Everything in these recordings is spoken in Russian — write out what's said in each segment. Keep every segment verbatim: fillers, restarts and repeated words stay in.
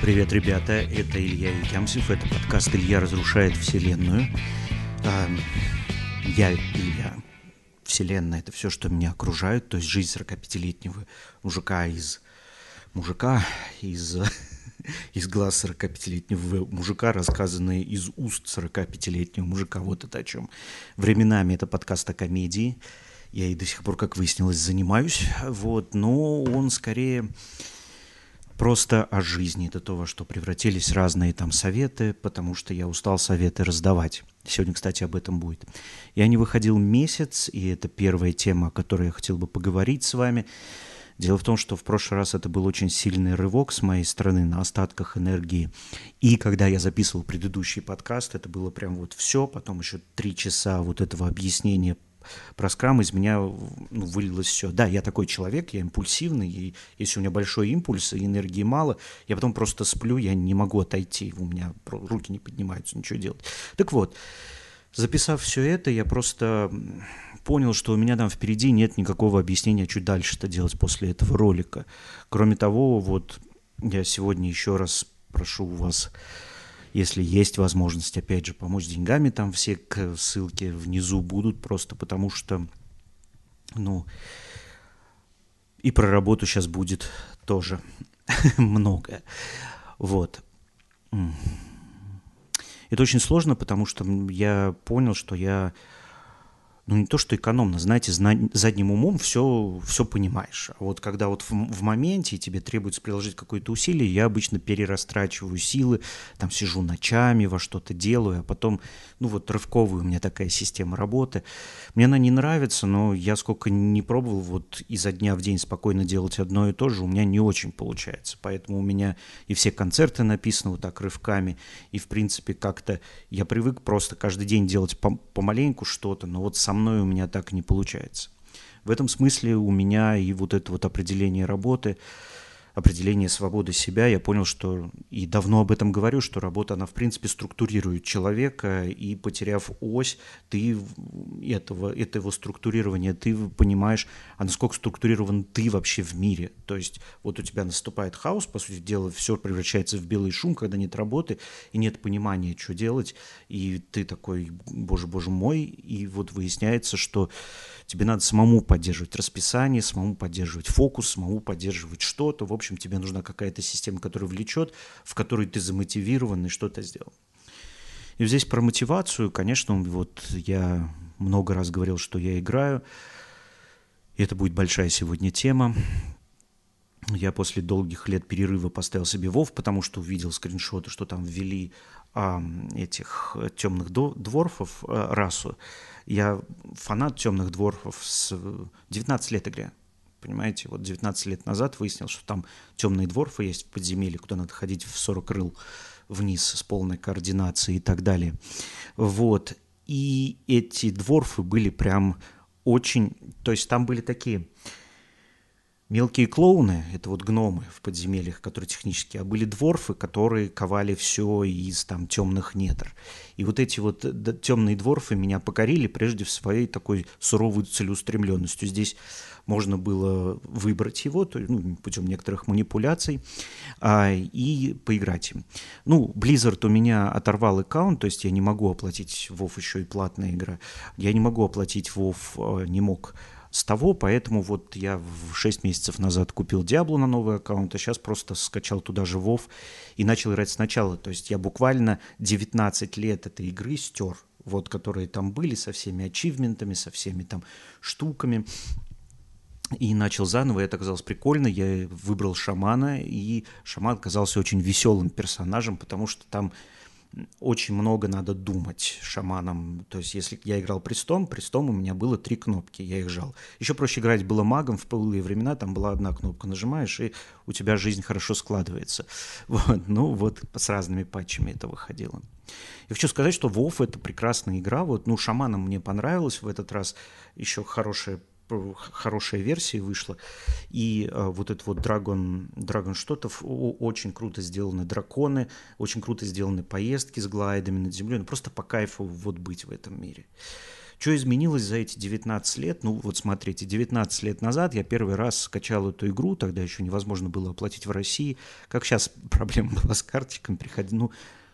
Привет, ребята, это Илья Ютямсев, это подкаст «Илья разрушает вселенную». Я Илья. Вселенная — это все, что меня окружает, то есть жизнь сорокапятилетнего мужика из мужика, из, из глаз сорокапятилетнего мужика, рассказанные из уст сорокапятилетнего мужика. Вот это о чем. Временами это подкаст о комедии. Я и до сих пор, как выяснилось, занимаюсь. Вот, но он скорее просто о жизни. Это то, во что превратились разные там советы, потому что я устал советы раздавать. Сегодня, кстати, об этом будет. Я не выходил месяц, и это первая тема, о которой я хотел бы поговорить с вами. Дело в том, что в прошлый раз это был очень сильный рывок с моей стороны на остатках энергии. И когда я записывал предыдущий подкаст, это было прям вот все. Потом еще три часа вот этого объяснения про скрам из меня ну, вылилось все. Да, я такой человек, я импульсивный, и если у меня большой импульс и энергии мало, я потом просто сплю, я не могу отойти, у меня руки не поднимаются, ничего делать. Так вот, записав все это, я просто понял, что у меня там впереди нет никакого объяснения, что дальше-то делать после этого ролика. Кроме того, вот я сегодня еще раз прошу вас, если есть возможность, опять же, помочь деньгами, там все ссылки внизу будут, просто потому что, ну, и про работу сейчас будет тоже много. Вот. Это очень сложно, потому что я понял, что я, ну, не то что экономно, знаете, задним умом все, все понимаешь. А вот когда вот в, в моменте тебе требуется приложить какое-то усилие, я обычно перерастрачиваю силы, там сижу ночами, во что-то делаю, а потом, ну вот рывковая у меня такая система работы. Мне она не нравится, но я сколько не пробовал вот изо дня в день спокойно делать одно и то же, у меня не очень получается. Поэтому у меня и все концерты написаны вот так рывками, и в принципе как-то я привык просто каждый день делать помаленьку что-то, но вот со мной у меня так не получается. В этом смысле у меня и вот это вот определение работы, определение свободы себя, я понял, что, и давно об этом говорю, что работа, она в принципе структурирует человека, и потеряв ось, ты этого, этого структурирования, ты понимаешь, а насколько структурирован ты вообще в мире. То есть вот у тебя наступает хаос, по сути дела, все превращается в белый шум, когда нет работы и нет понимания, что делать, и ты такой, боже, боже мой, и вот выясняется, что тебе надо самому поддерживать расписание, самому поддерживать фокус, самому поддерживать что-то. В общем, тебе нужна какая-то система, которая влечет, в которой ты замотивирован и что-то сделал. И здесь про мотивацию, конечно, вот я много раз говорил, что я играю. И это будет большая сегодня тема. Я после долгих лет перерыва поставил себе WoW, потому что увидел скриншоты, что там ввели а, этих темных дворфов, а, расу. Я фанат темных дворфов с девятнадцати лет игры. Понимаете, вот девятнадцать лет назад выяснил, что там темные дворфы есть в подземелье, куда надо ходить в сорок рыл вниз с полной координацией и так далее. Вот. И эти дворфы были прям очень... То есть там были такие... Мелкие клоуны, это вот гномы в подземельях, которые технически, а были дворфы, которые ковали все из там темных недр. И вот эти вот темные дворфы меня покорили прежде в своей такой суровой целеустремленностью. Здесь можно было выбрать его то, ну, путем некоторых манипуляций а, и поиграть им. Ну, Blizzard у меня оторвал аккаунт, то есть я не могу оплатить WoW, еще и платная игра. Я не могу оплатить WoW, не мог с того, поэтому вот я шесть месяцев назад купил Diablo на новый аккаунт, а сейчас просто скачал туда же WoW и начал играть сначала. То есть я буквально девятнадцать лет этой игры стер, вот, которые там были, со всеми ачивментами, со всеми там штуками. И начал заново, и это оказалось прикольно. Я выбрал шамана, и шаман оказался очень веселым персонажем, потому что там очень много надо думать шаманом. То есть, если я играл престом, престом у меня было три кнопки, я их жал. Еще проще играть было магом в былые времена, там была одна кнопка, нажимаешь, и у тебя жизнь хорошо складывается. Вот. Ну, вот с разными патчами это выходило. Я хочу сказать, что WoW — это прекрасная игра. Вот, ну, шаманам мне понравилось в этот раз, еще хорошая хорошая версия вышла, и а, вот этот вот Dragon, Dragon что-то, очень круто сделаны драконы, очень круто сделаны поездки с глайдами над землей, ну просто по кайфу вот быть в этом мире. Что изменилось за эти девятнадцать лет? Ну, вот смотрите, девятнадцать лет назад я первый раз скачал эту игру, тогда еще невозможно было оплатить в России. Как сейчас проблема была с карточками, приходи, ну,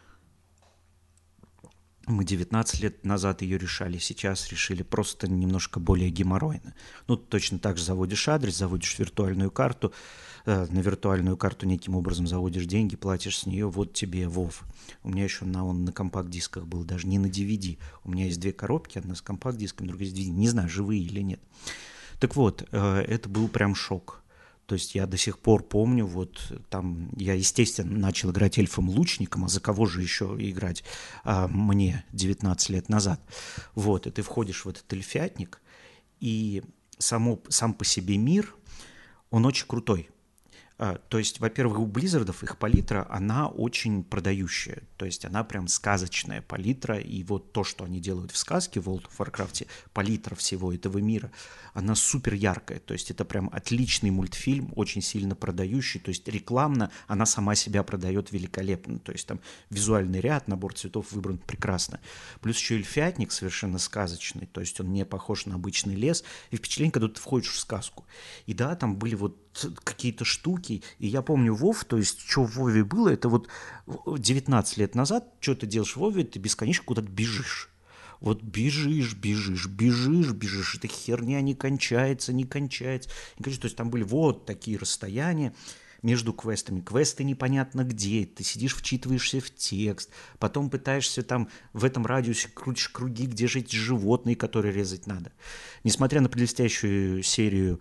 мы девятнадцать лет назад ее решали, сейчас решили просто немножко более геморройно. Ну, точно так же заводишь адрес, заводишь виртуальную карту, э, на виртуальную карту неким образом заводишь деньги, платишь с нее, вот тебе вов. У меня еще на, он на компакт-дисках был, даже не на ди ви ди. У меня есть две коробки, одна с компакт-диском, другая с ди ви ди. Не знаю, живые или нет. Так вот, э, это был прям шок. То есть я до сих пор помню, вот там я, естественно, начал играть эльфом-лучником, а за кого же еще играть а, мне девятнадцать лет назад. Вот, и ты входишь в этот эльфятник, и само, сам по себе мир, он очень крутой. А, То есть, во-первых, у Близзардов их палитра, она очень продающая. То есть она прям сказочная палитра. И вот то, что они делают в сказке в World of Warcraft, палитра всего этого мира, она супер яркая. То есть это прям отличный мультфильм, очень сильно продающий. То есть рекламно она сама себя продает великолепно. То есть там визуальный ряд, набор цветов выбран прекрасно. Плюс еще эльфятник совершенно сказочный. То есть он не похож на обычный лес. И впечатление, когда ты входишь в сказку. И да, там были вот какие-то штуки. И я помню Вов, то есть, что в Вове было, это вот девятнадцать лет назад, что ты делаешь в Вове, ты бесконечно куда-то бежишь. Вот бежишь, бежишь, бежишь, бежишь, эта херня не кончается, не кончается. Не кончается. То есть там были вот такие расстояния между квестами. Квесты непонятно где, ты сидишь, вчитываешься в текст, потом пытаешься там в этом радиусе крутишь круги, где же эти животные, которые резать надо. Несмотря на блестящую серию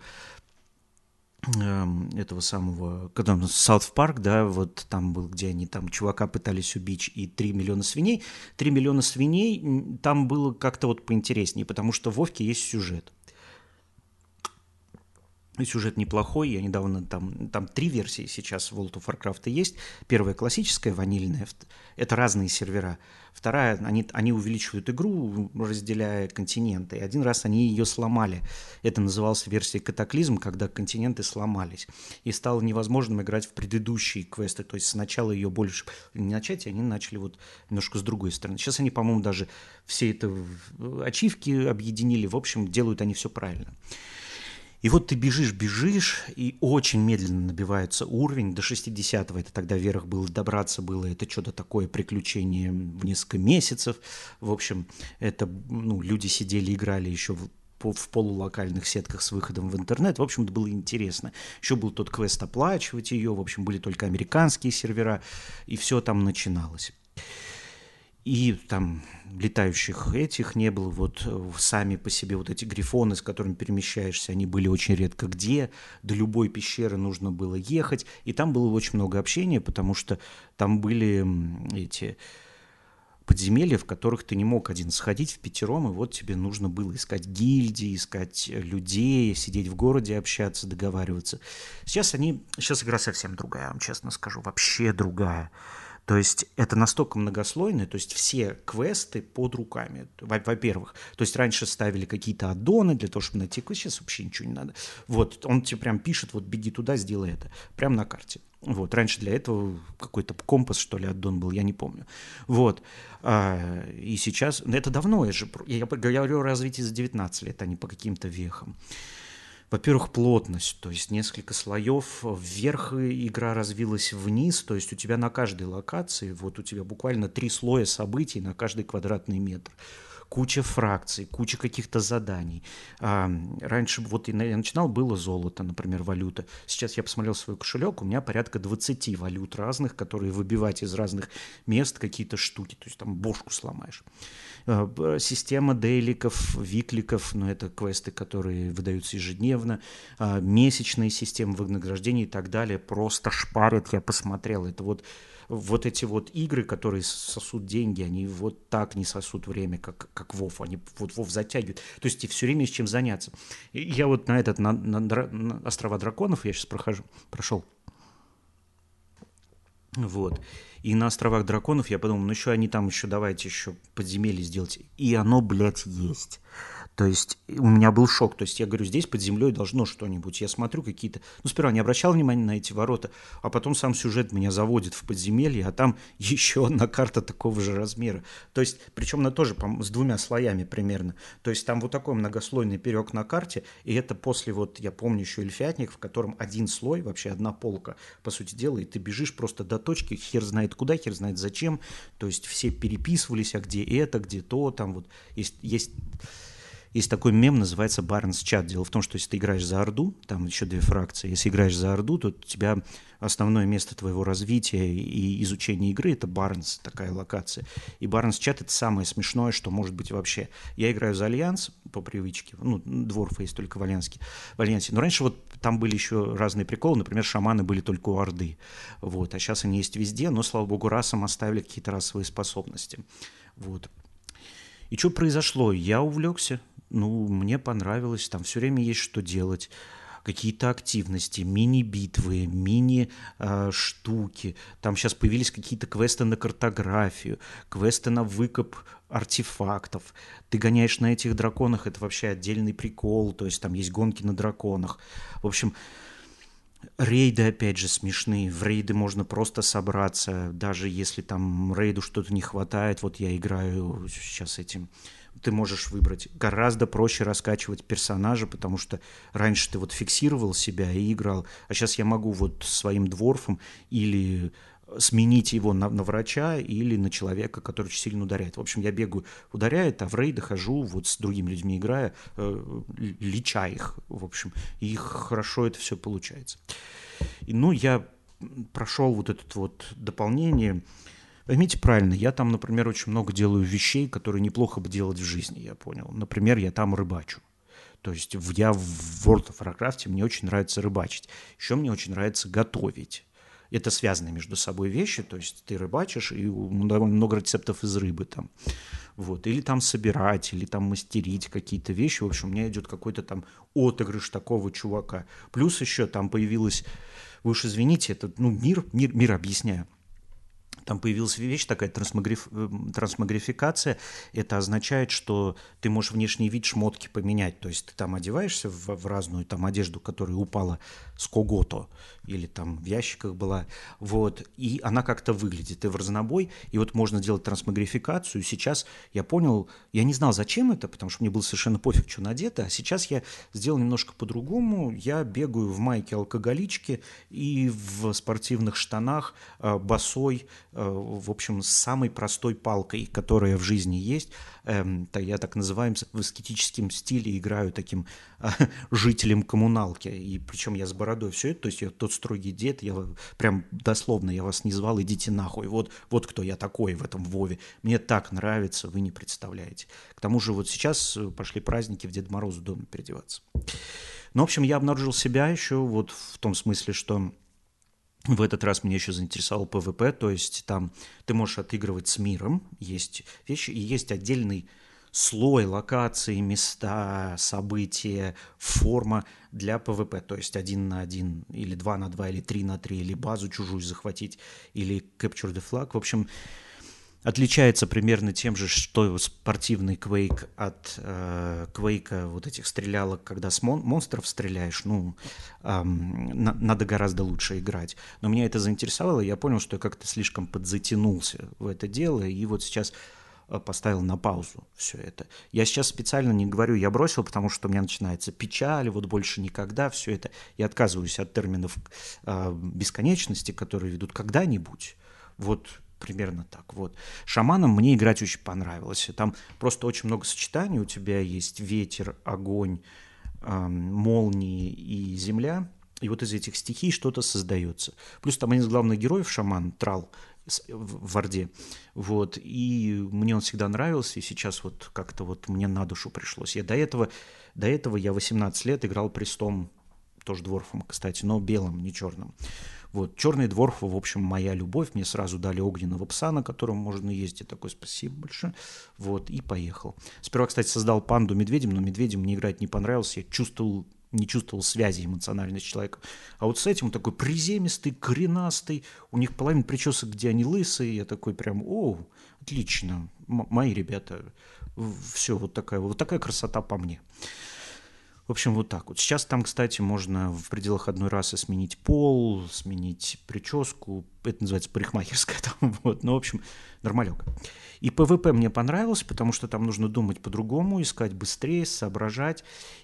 этого самого, когда Саут Парк, да, вот там был, где они там чувака пытались убить, и три миллиона свиней. Три миллиона свиней, там было как-то вот поинтереснее, потому что в Вовке есть сюжет. И сюжет неплохой, я недавно там, там три версии сейчас World of Warcraft есть. Первая классическая, ванильная, это разные сервера. Вторая, они, они увеличивают игру, разделяя континенты. И один раз они ее сломали. Это называлось версией Катаклизм, когда континенты сломались. И стало невозможным играть в предыдущие квесты. То есть сначала ее больше не начать, и они начали вот немножко с другой стороны. Сейчас они, по-моему, даже все это ачивки объединили. В общем, делают они все правильно. И вот ты бежишь, бежишь, и очень медленно набивается уровень. До шестидесятого это тогда вверх было, добраться было, это что-то такое приключение в несколько месяцев. В общем, это, ну, люди сидели, играли еще в, в полулокальных сетках с выходом в интернет. В общем, это было интересно. Еще был тот квест оплачивать ее, в общем, были только американские сервера, и все там начиналось. И там летающих этих не было, вот сами по себе вот эти грифоны, с которыми перемещаешься, они были очень редко где, до любой пещеры нужно было ехать, и там было очень много общения, потому что там были эти подземелья, в которых ты не мог один сходить в пятером, и вот тебе нужно было искать гильдии, искать людей, сидеть в городе, общаться, договариваться. Сейчас они, сейчас игра совсем другая, я вам честно скажу, вообще другая. То есть это настолько многослойно, то есть все квесты под руками, во-первых. То есть раньше ставили какие-то аддоны для того, чтобы найти квест, сейчас вообще ничего не надо. Вот, он тебе прям пишет, вот беги туда, сделай это, прям на карте. Вот, раньше для этого какой-то компас, что ли, аддон был, я не помню. Вот, а, и сейчас, это давно, я же, я, я говорю о развитии за девятнадцать лет, а не по каким-то вехам. Во-первых, плотность, то есть несколько слоев, вверх игра развилась вниз, то есть у тебя на каждой локации, вот у тебя буквально три слоя событий на каждый квадратный метр. Куча фракций, куча каких-то заданий. А, раньше вот я начинал, было золото, например, валюта. Сейчас я посмотрел свой кошелек, у меня порядка двадцать валют разных, которые выбивать из разных мест какие-то штуки, то есть там бошку сломаешь. А, система дейликов, викликов, ну это квесты, которые выдаются ежедневно, а, месячные системы вознаграждений и так далее, просто шпарят, я посмотрел, это вот вот эти вот игры, которые сосут деньги, они вот так не сосут время, как, как Вов, они вот Вов затягивают. То есть тебе все время есть чем заняться. И я вот на этот, на, на, на острова драконов я сейчас прохожу, прошел. Вот. И на островах драконов я подумал, ну еще они там еще, давайте еще подземелье сделать. И оно, блядь, есть. То есть у меня был шок. То есть я говорю, здесь под землей должно что-нибудь. Я смотрю какие-то... Ну, сперва не обращал внимания на эти ворота, а потом сам сюжет меня заводит в подземелье, а там еще одна карта такого же размера. То есть, причем она тоже с двумя слоями примерно. То есть там вот такой многослойный пирог на карте, и это после, вот я помню еще Эльфятник, в котором один слой, вообще одна полка, по сути дела, и ты бежишь просто до точки, хер знает куда, хер знает зачем. То есть все переписывались, а где это, где то, там вот есть... есть Есть такой мем, называется Барнс чат. Дело в том, что если ты играешь за Орду, там еще две фракции, если играешь за Орду, то у тебя основное место твоего развития и изучения игры — это Барнс, такая локация. И Барнс чат — это самое смешное, что может быть вообще. Я играю за Альянс по привычке, ну, дворфы есть только в Альянске, в Альянсе. Но раньше вот там были еще разные приколы, например, шаманы были только у Орды. Вот. А сейчас они есть везде, но, слава богу, расам оставили какие-то расовые способности. Вот. И что произошло? Я увлекся. Ну, мне понравилось, там все время есть что делать, какие-то активности, мини-битвы, мини-штуки. Там сейчас появились какие-то квесты на картографию, квесты на выкоп артефактов. Ты гоняешь на этих драконах, это вообще отдельный прикол, то есть там есть гонки на драконах. В общем, рейды, опять же, смешные. В рейды можно просто собраться, даже если там рейду что-то не хватает. Вот я играю сейчас этим. Ты можешь выбрать. Гораздо проще раскачивать персонажа, потому что раньше ты вот фиксировал себя и играл, а сейчас я могу вот своим дворфом или сменить его на, на врача или на человека, который очень сильно ударяет. В общем, я бегаю, ударяет, а в рейды хожу, вот с другими людьми играя, э, леча их, в общем, и хорошо это все получается. И, ну, я прошел вот это вот дополнение. Поймите правильно, я там, например, очень много делаю вещей, которые неплохо бы делать в жизни, я понял. Например, я там рыбачу. То есть я в World of Warcraft, мне очень нравится рыбачить. Еще мне очень нравится готовить. Это связанные между собой вещи, то есть ты рыбачишь, и довольно много рецептов из рыбы там. Вот. Или там собирать, или там мастерить какие-то вещи. В общем, у меня идет какой-то там отыгрыш такого чувака. Плюс еще там появилась, вы уж извините, это ну, мир, мир, мир объясняю. Там появилась вещь такая, трансмагриф... трансмагрификация. Это означает, что ты можешь внешний вид шмотки поменять. То есть ты там одеваешься в, в разную там одежду, которая упала с Когото, или там в ящиках была, вот, и она как-то выглядит. И в разнобой, и вот можно делать трансмагрификацию. Сейчас я понял, я не знал, зачем это, потому что мне было совершенно пофиг, что надето, а сейчас я сделал немножко по-другому. Я бегаю в майке алкоголички и в спортивных штанах босой, в общем, с самой простой палкой, которая в жизни есть. Я так называемый в аскетическом стиле играю таким жителем коммуналки. И причем я с бородой все это, то есть я тот строгий дед, я прям дословно, я вас не звал, идите нахуй. Вот, вот кто я такой в этом Вове. Мне так нравится, вы не представляете. К тому же вот сейчас пошли праздники, в Деда Мороза дома переодеваться. Ну, в общем, я обнаружил себя еще вот в том смысле, что в этот раз меня еще заинтересовал пэ вэ пэ, то есть там ты можешь отыгрывать с миром, есть вещи, и есть отдельный слой, локации, места, события, форма для пэ вэ пэ, то есть один на один, или два на два, или три на три, или базу чужую захватить, или Capture the Flag. В общем, отличается примерно тем же, что спортивный Quake от э, Quake вот этих стрелялок, когда с мон- монстров стреляешь, ну, эм, на- надо гораздо лучше играть. Но меня это заинтересовало, и я понял, что я как-то слишком подзатянулся в это дело, и вот сейчас поставил на паузу все это. Я сейчас специально не говорю, я бросил, потому что у меня начинается печаль, вот больше никогда, все это. Я отказываюсь от терминов э, бесконечности, которые ведут когда-нибудь. Вот примерно так. Вот. Шаманом мне играть очень понравилось. Там просто очень много сочетаний. У тебя есть ветер, огонь, э, молнии и земля. И вот из этих стихий что-то создается. Плюс там один из главных героев, шаман, Трал, в Орде. Вот. И мне он всегда нравился, и сейчас вот как-то вот мне на душу пришлось. Я до этого, до этого я восемнадцать лет играл престом, тоже дворфом, кстати, но белым, не черным. Вот. Черный дворф, в общем, моя любовь. Мне сразу дали огненного пса, на котором можно ездить. Я такой, спасибо большое. Вот, и поехал. Сперва, кстати, создал панду медведем, но медведем мне играть не понравилось. Я чувствовал не чувствовал связи эмоциональной с человеком. А вот с этим он такой приземистый, коренастый, у них половина причесок, где они лысые, я такой прям, о, отлично, м- мои ребята, все, вот такая, вот такая красота по мне. В общем, вот так вот. Сейчас там, кстати, можно в пределах одной расы сменить пол, сменить прическу. Это называется парикмахерская. Там, вот. Ну, в общем, нормалек. И ПВП мне понравилось, потому что там нужно думать по-другому, искать быстрее, соображать.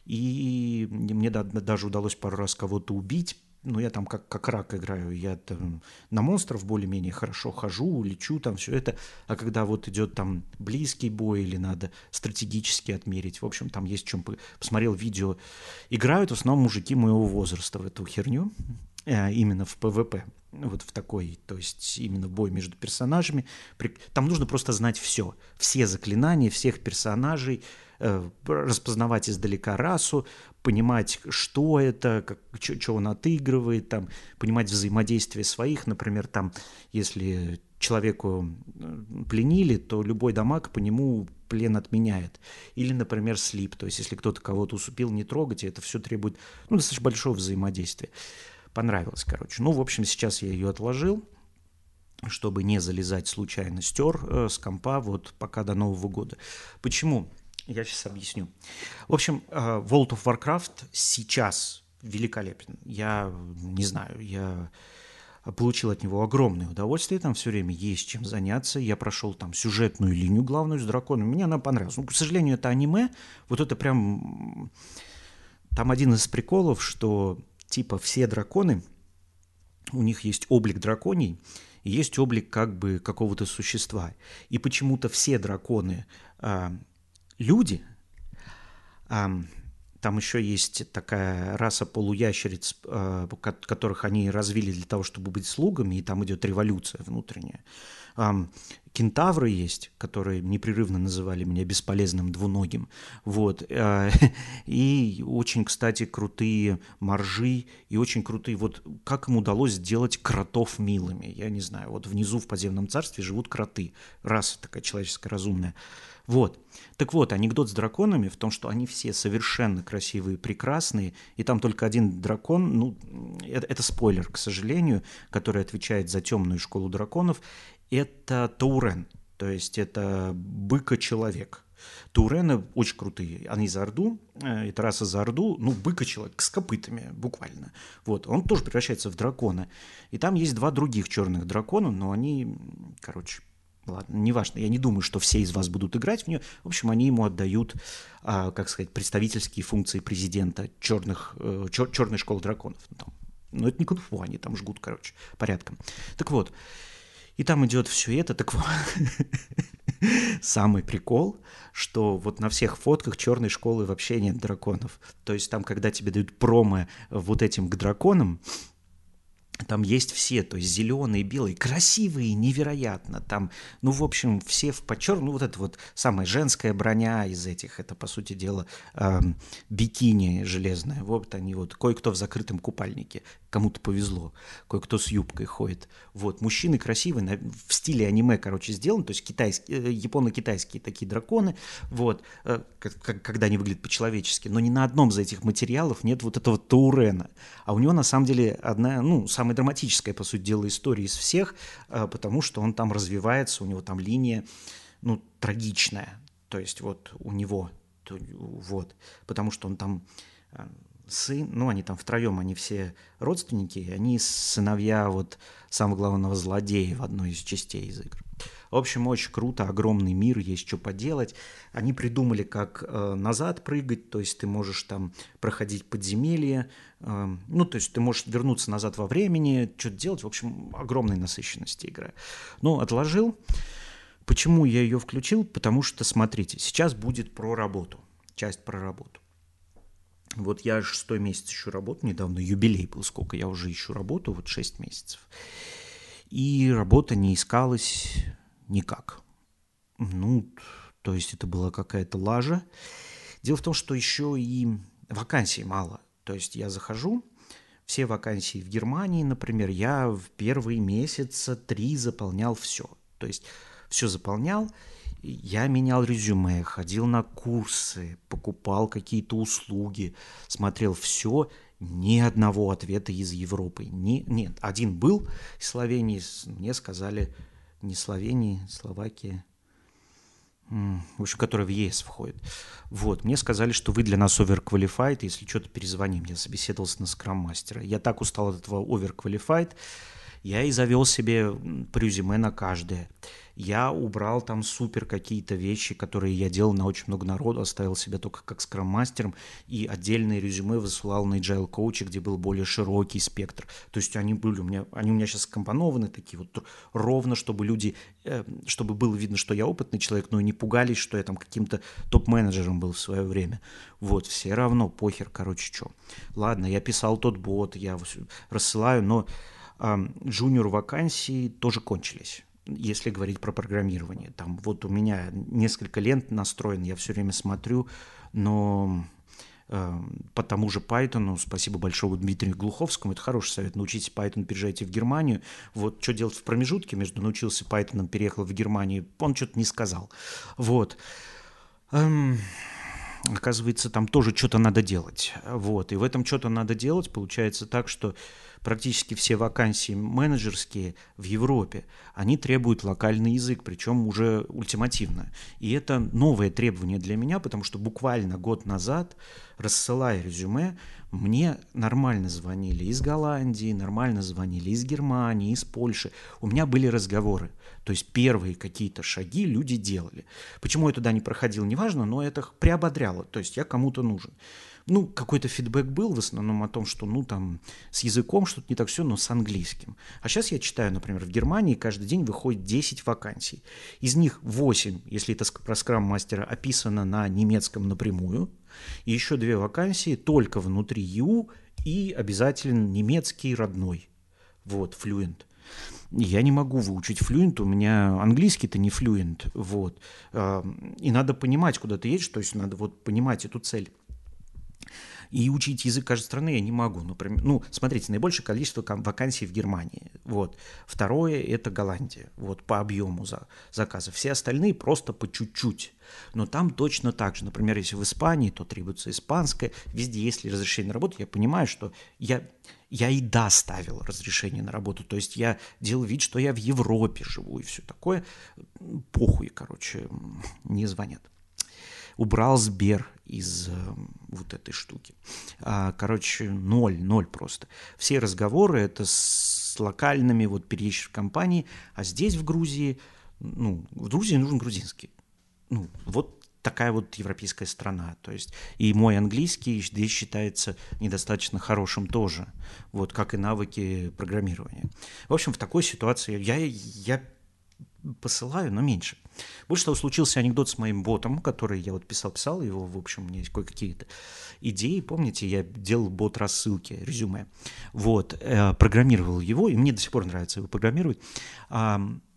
И мне да, даже удалось пару раз кого-то убить. Ну, я там как, как рак играю, я там на монстров более-менее хорошо хожу, лечу, там все это. А когда вот идет там близкий бой или надо стратегически отмерить, в общем, там есть чем... Посмотрел видео. Играют в основном мужики моего возраста в эту херню, э, именно в ПВП. Вот в такой, то есть именно бой между персонажами. Там нужно просто знать все. Все заклинания, всех персонажей, э, распознавать издалека расу, понимать, что это, как, что он отыгрывает, там, понимать взаимодействие своих. Например, там, если человеку пленили, то любой дамаг по нему плен отменяет. Или, например, слип. То есть, если кто-то кого-то усыпил, не трогать, и это все требует ну, достаточно большого взаимодействия. Понравилось, короче. Ну, в общем, сейчас я ее отложил, чтобы не залезать случайно. Стер э, с компа вот пока до Нового года. Почему? Я сейчас объясню. В общем, World of Warcraft сейчас великолепен. Я не знаю, я получил от него огромное удовольствие. Там все время есть чем заняться. Я прошел там сюжетную линию главную с драконом. Мне она понравилась. Ну, к сожалению, это аниме. Вот это прям... Там один из приколов, что типа все драконы, у них есть облик драконий, и есть облик как бы какого-то существа. И почему-то все драконы а, люди, а, там еще есть такая раса полуящериц, а, которых они развили для того, чтобы быть слугами, и там идет революция внутренняя. А, кентавры есть, которые непрерывно называли меня бесполезным двуногим. Вот. И очень, кстати, крутые моржи, и очень крутые... Вот как им удалось сделать кротов милыми? Я не знаю. Вот внизу в подземном царстве живут кроты. Раса такая человеческая, разумная. Вот. Так вот, анекдот с драконами в том, что они все совершенно красивые, прекрасные, и там только один дракон, ну, это, это спойлер, к сожалению, который отвечает за темную школу драконов, это Таурен, то есть это быка-человек. Таурены очень крутые, они за Орду, это раса за Орду, ну, быка-человек с копытами, буквально. Вот, он тоже превращается в дракона. И там есть два других черных дракона, но они, короче, ладно, неважно, я не думаю, что все из вас будут играть в нее. В общем, они ему отдают, а, как сказать, представительские функции президента черных, э, чер, черной школы драконов. Ну, там, но это не кунг-фу, они там жгут, короче, порядком. Так вот, и там идет все это, так вот, самый прикол, что вот на всех фотках черной школы вообще нет драконов. То есть там, когда тебе дают промо вот этим к драконам, там есть все, то есть зеленые, белые, красивые, невероятно. Там, ну, в общем, все в почерном. Ну, вот это вот самая женская броня из этих, это, по сути дела, э, бикини железное. Вот они вот, кое-кто в закрытом купальнике, кому-то повезло, кое-кто с юбкой ходит. Вот, мужчины красивые, в стиле аниме, короче, сделаны, то есть китайские, японо-китайские такие драконы, вот, э, когда они выглядят по-человечески, но ни на одном из этих материалов нет вот этого Таурена. А у него, на самом деле, одна, ну, самая драматическая, по сути дела, история из всех, потому что он там развивается, у него там линия, ну, трагичная. То есть вот у него, вот, потому что он там сын, ну, они там втроем, они все родственники, они сыновья вот самого главного злодея в одной из частей из игр. В общем, очень круто, огромный мир, есть что поделать. Они придумали, как э, назад прыгать, то есть ты можешь там проходить подземелья, э, ну, то есть ты можешь вернуться назад во времени, что-то делать. В общем, огромной насыщенности игра. Ну, отложил. Почему я ее включил? Потому что, смотрите, сейчас будет про работу, часть про работу. Вот я шестой месяц ищу работу, недавно юбилей был, сколько я уже ищу работу, вот шесть месяцев. И работа не искалась никак. Ну, то есть это была какая-то лажа. Дело в том, что еще и вакансий мало. То есть я захожу, все вакансии в Германии, например, я в первые месяца три заполнял все. То есть все заполнял, Я менял резюме, ходил на курсы, покупал какие-то услуги, смотрел все, ни одного ответа из Европы. Ни, нет, один был из Словении, мне сказали, не Словении, Словакия, в общем, который в ЕС входит. Вот, мне сказали, что вы для нас overqualified, если что-то перезвоним. Я собеседовался на скрам-мастера. Я так устал от этого overqualified, я и завел себе по резюме на каждое. Я убрал там супер какие-то вещи, которые я делал на очень много народу, оставил себя только как скрам-мастером, и отдельные резюме высылал на Agile Coach, где был более широкий спектр. То есть они были у меня, они у меня сейчас скомпонованы такие вот ровно, чтобы люди, э, чтобы было видно, что я опытный человек, но и не пугались, что я там каким-то топ-менеджером был в свое время. Вот, все равно, похер, короче, что. Ладно, я писал тот бот, я рассылаю, но джуниор вакансии тоже кончились, если говорить про программирование. Там вот у меня несколько лент настроено, я все время смотрю, но э, по тому же Python, спасибо большое Дмитрию Глуховскому, это хороший совет, научитесь Python, переезжайте в Германию. Вот что делать в промежутке между научился Python, переехал в Германию, он что-то не сказал. Вот. Эм... Оказывается, там тоже что-то надо делать. Вот. И в этом что-то надо делать. Получается так, что практически все вакансии менеджерские в Европе, они требуют локальный язык, причем уже ультимативно. И это новое требование для меня, потому что буквально год назад, рассылая резюме, мне нормально звонили из Голландии, нормально звонили из Германии, из Польши. У меня были разговоры. То есть первые какие-то шаги люди делали. Почему я туда не проходил, неважно, но это приободряло. То есть я кому-то нужен. Ну, какой-то фидбэк был в основном о том, что, ну, там, с языком что-то не так все, но с английским. А сейчас я читаю, например, в Германии каждый день выходит десять вакансий. Из них восемь, если это про скрам-мастера, описано на немецком напрямую. И еще две вакансии только внутри и ю и обязательно немецкий родной. Вот, fluent. Я не могу выучить флюент, у меня английский-то не флюент, вот. И надо понимать, куда ты едешь, то есть надо вот понимать эту цель. И учить язык каждой страны я не могу. Например, ну, смотрите, наибольшее количество вакансий в Германии. Вот. Второе – это Голландия, вот, по объему за, заказов. Все остальные просто по чуть-чуть. Но там точно так же. Например, если в Испании, то требуется испанское. Везде, если разрешение на работу, я понимаю, что я, я и да ставил разрешение на работу. То есть я делал вид, что я в Европе живу и все такое. Похуй, короче, не звонят. Убрал Сбер из э, вот этой штуки. А, короче, ноль, ноль просто. Все разговоры это с локальными вот переезжих компаний, а здесь в Грузии, ну, в Грузии нужен грузинский. Ну, вот такая вот европейская страна. То есть и мой английский здесь считается недостаточно хорошим тоже, вот как и навыки программирования. В общем, в такой ситуации я, я посылаю, но меньше. Больше того, случился анекдот с моим ботом, который я вот писал-писал, его, в общем, у меня есть кое-какие-то идеи, помните, я делал бот рассылки, резюме, вот, э, программировал его, и мне до сих пор нравится его программировать. А,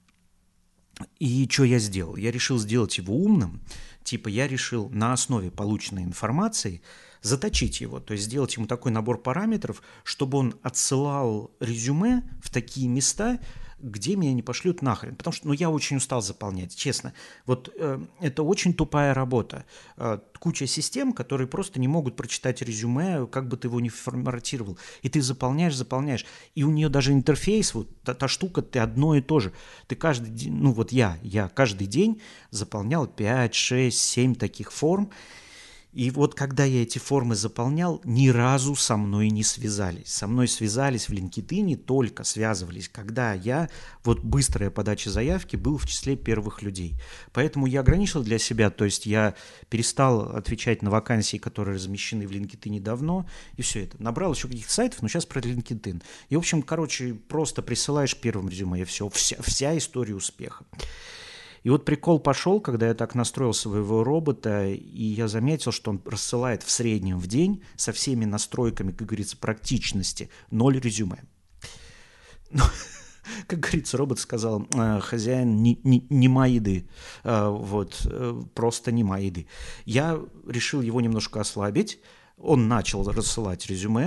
и что я сделал? Я решил сделать его умным, типа я решил на основе полученной информации заточить его, то есть сделать ему такой набор параметров, чтобы он отсылал резюме в такие места, где меня не пошлют нахрен. Потому что ну, я очень устал заполнять, честно. Вот э, это очень тупая работа. Э, куча систем, которые просто не могут прочитать резюме, как бы ты его ни форматировал. И ты заполняешь, заполняешь. И у нее даже интерфейс, вот та, та штука, ты одно и то же. Ты каждый день, ну вот я, я каждый день заполнял пять, шесть, семь таких форм. И вот когда я эти формы заполнял, ни разу со мной не связались. Со мной связались в LinkedIn, только связывались, когда я, вот быстрая подача заявки, был в числе первых людей. Поэтому я ограничил для себя, то есть я перестал отвечать на вакансии, которые размещены в LinkedIn давно, и все это. Набрал еще каких-то сайтов, но сейчас про LinkedIn. И, в общем, короче, просто присылаешь первым резюме, и все, вся, вся история успеха. И вот прикол пошел, когда я так настроил своего робота, и я заметил, что он рассылает в среднем в день со всеми настройками, как говорится, практичности, ноль резюме. Ну, как говорится, робот сказал, хозяин, не, не, нема еды, вот, просто нема еды. Я решил его немножко ослабить, он начал рассылать резюме,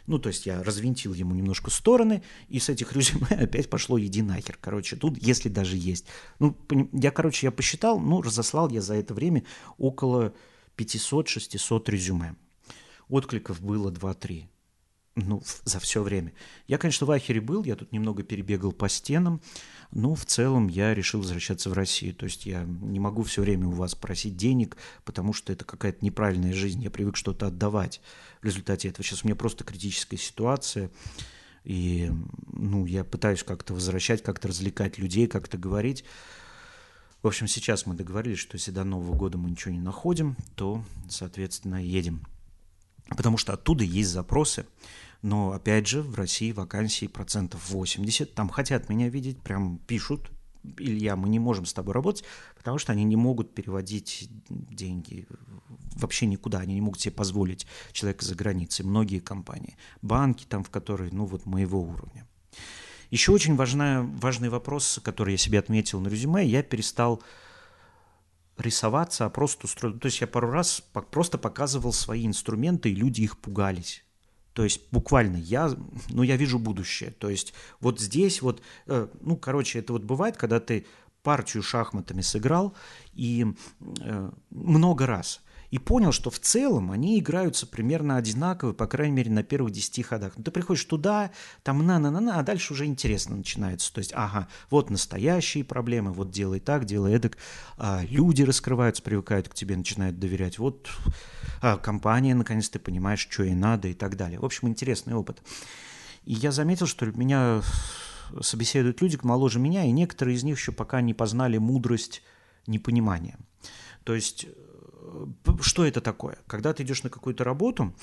Ну, то есть я развинтил ему немножко стороны, и с этих резюме опять пошло иди нахер. Короче, тут, если даже есть. Ну, я, короче, я посчитал, ну, разослал я за это время около пятьсот-шестьсот резюме. Откликов было два-три. Ну, за все время. Я, конечно, в ахере был, я тут немного перебегал по стенам, но в целом я решил возвращаться в Россию. То есть я не могу все время у вас просить денег, потому что это какая-то неправильная жизнь. Я привык что-то отдавать в результате этого. Сейчас у меня просто критическая ситуация, и ну, я пытаюсь как-то возвращать, как-то развлекать людей, как-то говорить. В общем, сейчас мы договорились, что если до Нового года мы ничего не находим, то, соответственно, едем. Потому что оттуда есть запросы. Но, опять же, в России вакансии процентов восемьдесят. Там хотят меня видеть, прям пишут. Илья, мы не можем с тобой работать, потому что они не могут переводить деньги вообще никуда. Они не могут себе позволить человека за границей. Многие компании. Банки там, в которые, ну вот, моего уровня. Еще очень важная, важный вопрос, который я себе отметил на резюме. Я перестал рисоваться, а просто устроить. То есть я пару раз просто показывал свои инструменты, и люди их пугались. То есть буквально я, ну, я вижу будущее. То есть вот здесь вот, э, ну, короче, это вот бывает, когда ты партию шахматами сыграл и э, много раз. И понял, что в целом они играются примерно одинаково, по крайней мере, на первых десяти ходах. Ну, ты приходишь туда, там на-на-на-на, а дальше уже интересно начинается. То есть, ага, вот настоящие проблемы, вот делай так, делай эдак. А, люди раскрываются, привыкают к тебе, начинают доверять. Вот а, компания, наконец, ты понимаешь, что ей надо и так далее. В общем, интересный опыт. И я заметил, что меня собеседуют люди моложе меня, и некоторые из них еще пока не познали мудрость непонимания. То есть что это такое? Когда ты идешь на какую-то работу,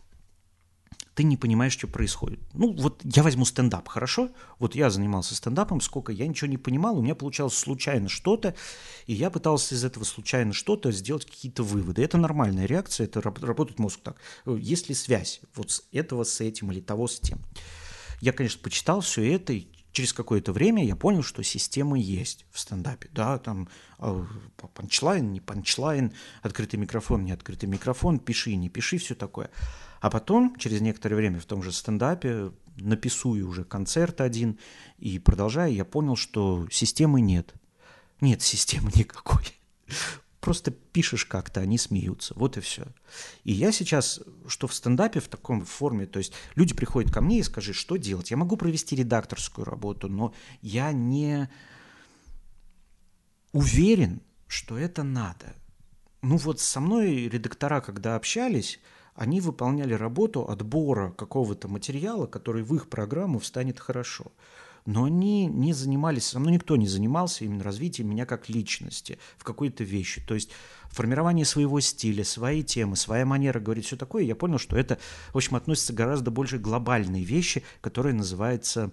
ты не понимаешь, что происходит. Ну, вот я возьму стендап, хорошо? Вот я занимался стендапом, сколько я ничего не понимал, у меня получалось случайно что-то, и я пытался из этого случайно что-то сделать какие-то выводы. Это нормальная реакция, это работает мозг так. Есть ли связь вот с этого с этим или того с тем? Я, конечно, почитал все это, и через какое-то время я понял, что система есть в стендапе. Да, там э, панчлайн, не панчлайн, открытый микрофон, не открытый микрофон, пиши, не пиши, все такое. А потом, через некоторое время в том же стендапе, написую уже концерт один, и продолжая, я понял, что системы нет. Нет системы никакой. Просто пишешь как-то, они смеются. Вот и все. И я сейчас, что в стендапе в таком форме, то есть люди приходят ко мне и скажут, что делать. Я могу провести редакторскую работу, но я не уверен, что это надо. Ну вот со мной редактора, когда общались, они выполняли работу отбора какого-то материала, который в их программу встанет хорошо. Но они не занимались, со мной никто не занимался именно развитием меня как личности в какой-то вещи. То есть формирование своего стиля, свои темы, своя манера говорить, все такое. Я понял, что это, в общем, относится к гораздо больше глобальной вещи, которая называется,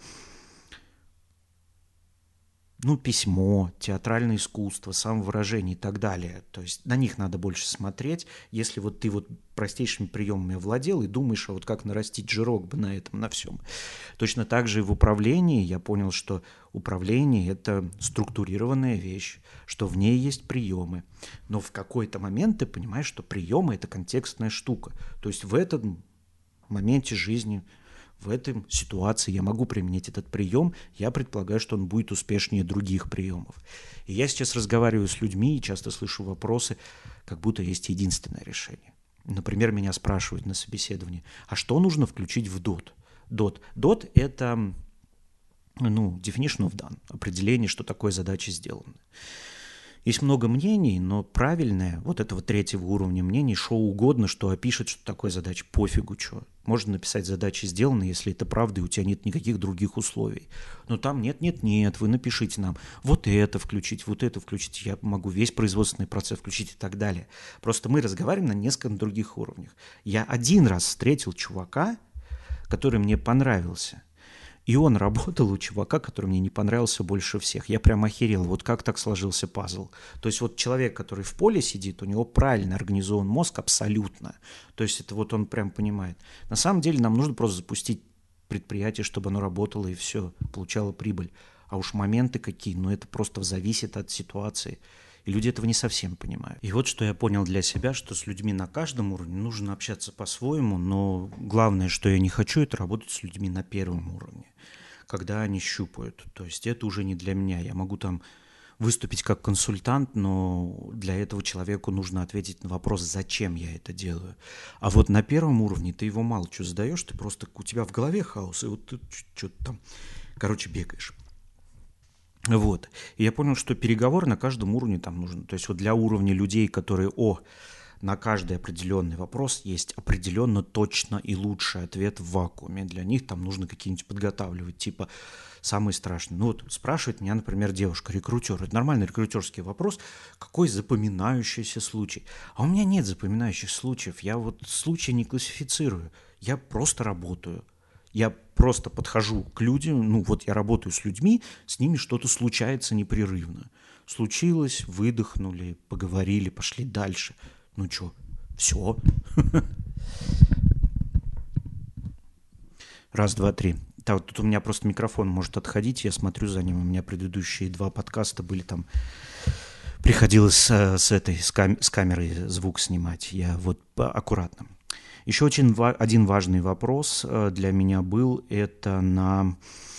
ну, письмо, театральное искусство, самовыражение и так далее. То есть на них надо больше смотреть. Если вот ты вот простейшими приемами овладел и думаешь, а вот как нарастить жирок бы на этом, на всем. Точно так же и в управлении я понял, что управление – это структурированная вещь, что в ней есть приемы. Но в какой-то момент ты понимаешь, что приемы – это контекстная штука. То есть в этом моменте жизни, в этой ситуации я могу применить этот прием, я предполагаю, что он будет успешнее других приемов. И я сейчас разговариваю с людьми и часто слышу вопросы, как будто есть единственное решение. Например, меня спрашивают на собеседовании, а что нужно включить в дот? дот. дот – это, ну, definition of done, определение, что такое задача сделана. Есть много мнений, но правильное, вот этого третьего уровня мнений, что угодно, что опишет, что такое задача, пофигу, что. Можно написать задачи сделаны, если это правда, и у тебя нет никаких других условий. Но там нет, нет, нет, вы напишите нам, вот это включить, вот это включить, я могу весь производственный процесс включить и так далее. Просто мы разговариваем на несколько других уровнях. Я один раз встретил чувака, который мне понравился. И он работал у чувака, который мне не понравился больше всех. Я прям охерел, вот как так сложился пазл. То есть вот человек, который в поле сидит, у него правильно организован мозг абсолютно. То есть это вот он прям понимает. На самом деле нам нужно просто запустить предприятие, чтобы оно работало и все, получало прибыль. А уж моменты какие, ну это просто зависит от ситуации. И люди этого не совсем понимают. И вот что я понял для себя, что с людьми на каждом уровне нужно общаться по-своему, но главное, что я не хочу, это работать с людьми на первом уровне, когда они щупают. То есть это уже не для меня. Я могу там выступить как консультант, но для этого человеку нужно ответить на вопрос, зачем я это делаю. А вот на первом уровне ты его мало что задаешь, ты просто, у тебя в голове хаос, и вот ты что-то там, короче, бегаешь. Вот. И я понял, что переговоры на каждом уровне там нужны. То есть вот для уровня людей, которые, о, на каждый определенный вопрос есть определенно точно и лучший ответ в вакууме. Для них там нужно какие-нибудь подготавливать, типа самый страшный. Ну вот спрашивает меня, например, девушка-рекрутер. Это нормальный рекрутерский вопрос. Какой запоминающийся случай? А у меня нет запоминающих случаев. Я вот случаи не классифицирую. Я просто работаю. Я просто подхожу к людям, ну вот я работаю с людьми, с ними что-то случается непрерывно. Случилось, выдохнули, поговорили, пошли дальше. Ну что, все. Раз, два, три. Так, вот тут у меня просто микрофон может отходить, я смотрю за ним, у меня предыдущие два подкаста были там, приходилось с, с этой, с, кам, с камерой звук снимать, я вот аккуратно. Еще очень ва- один важный вопрос для меня был, это на...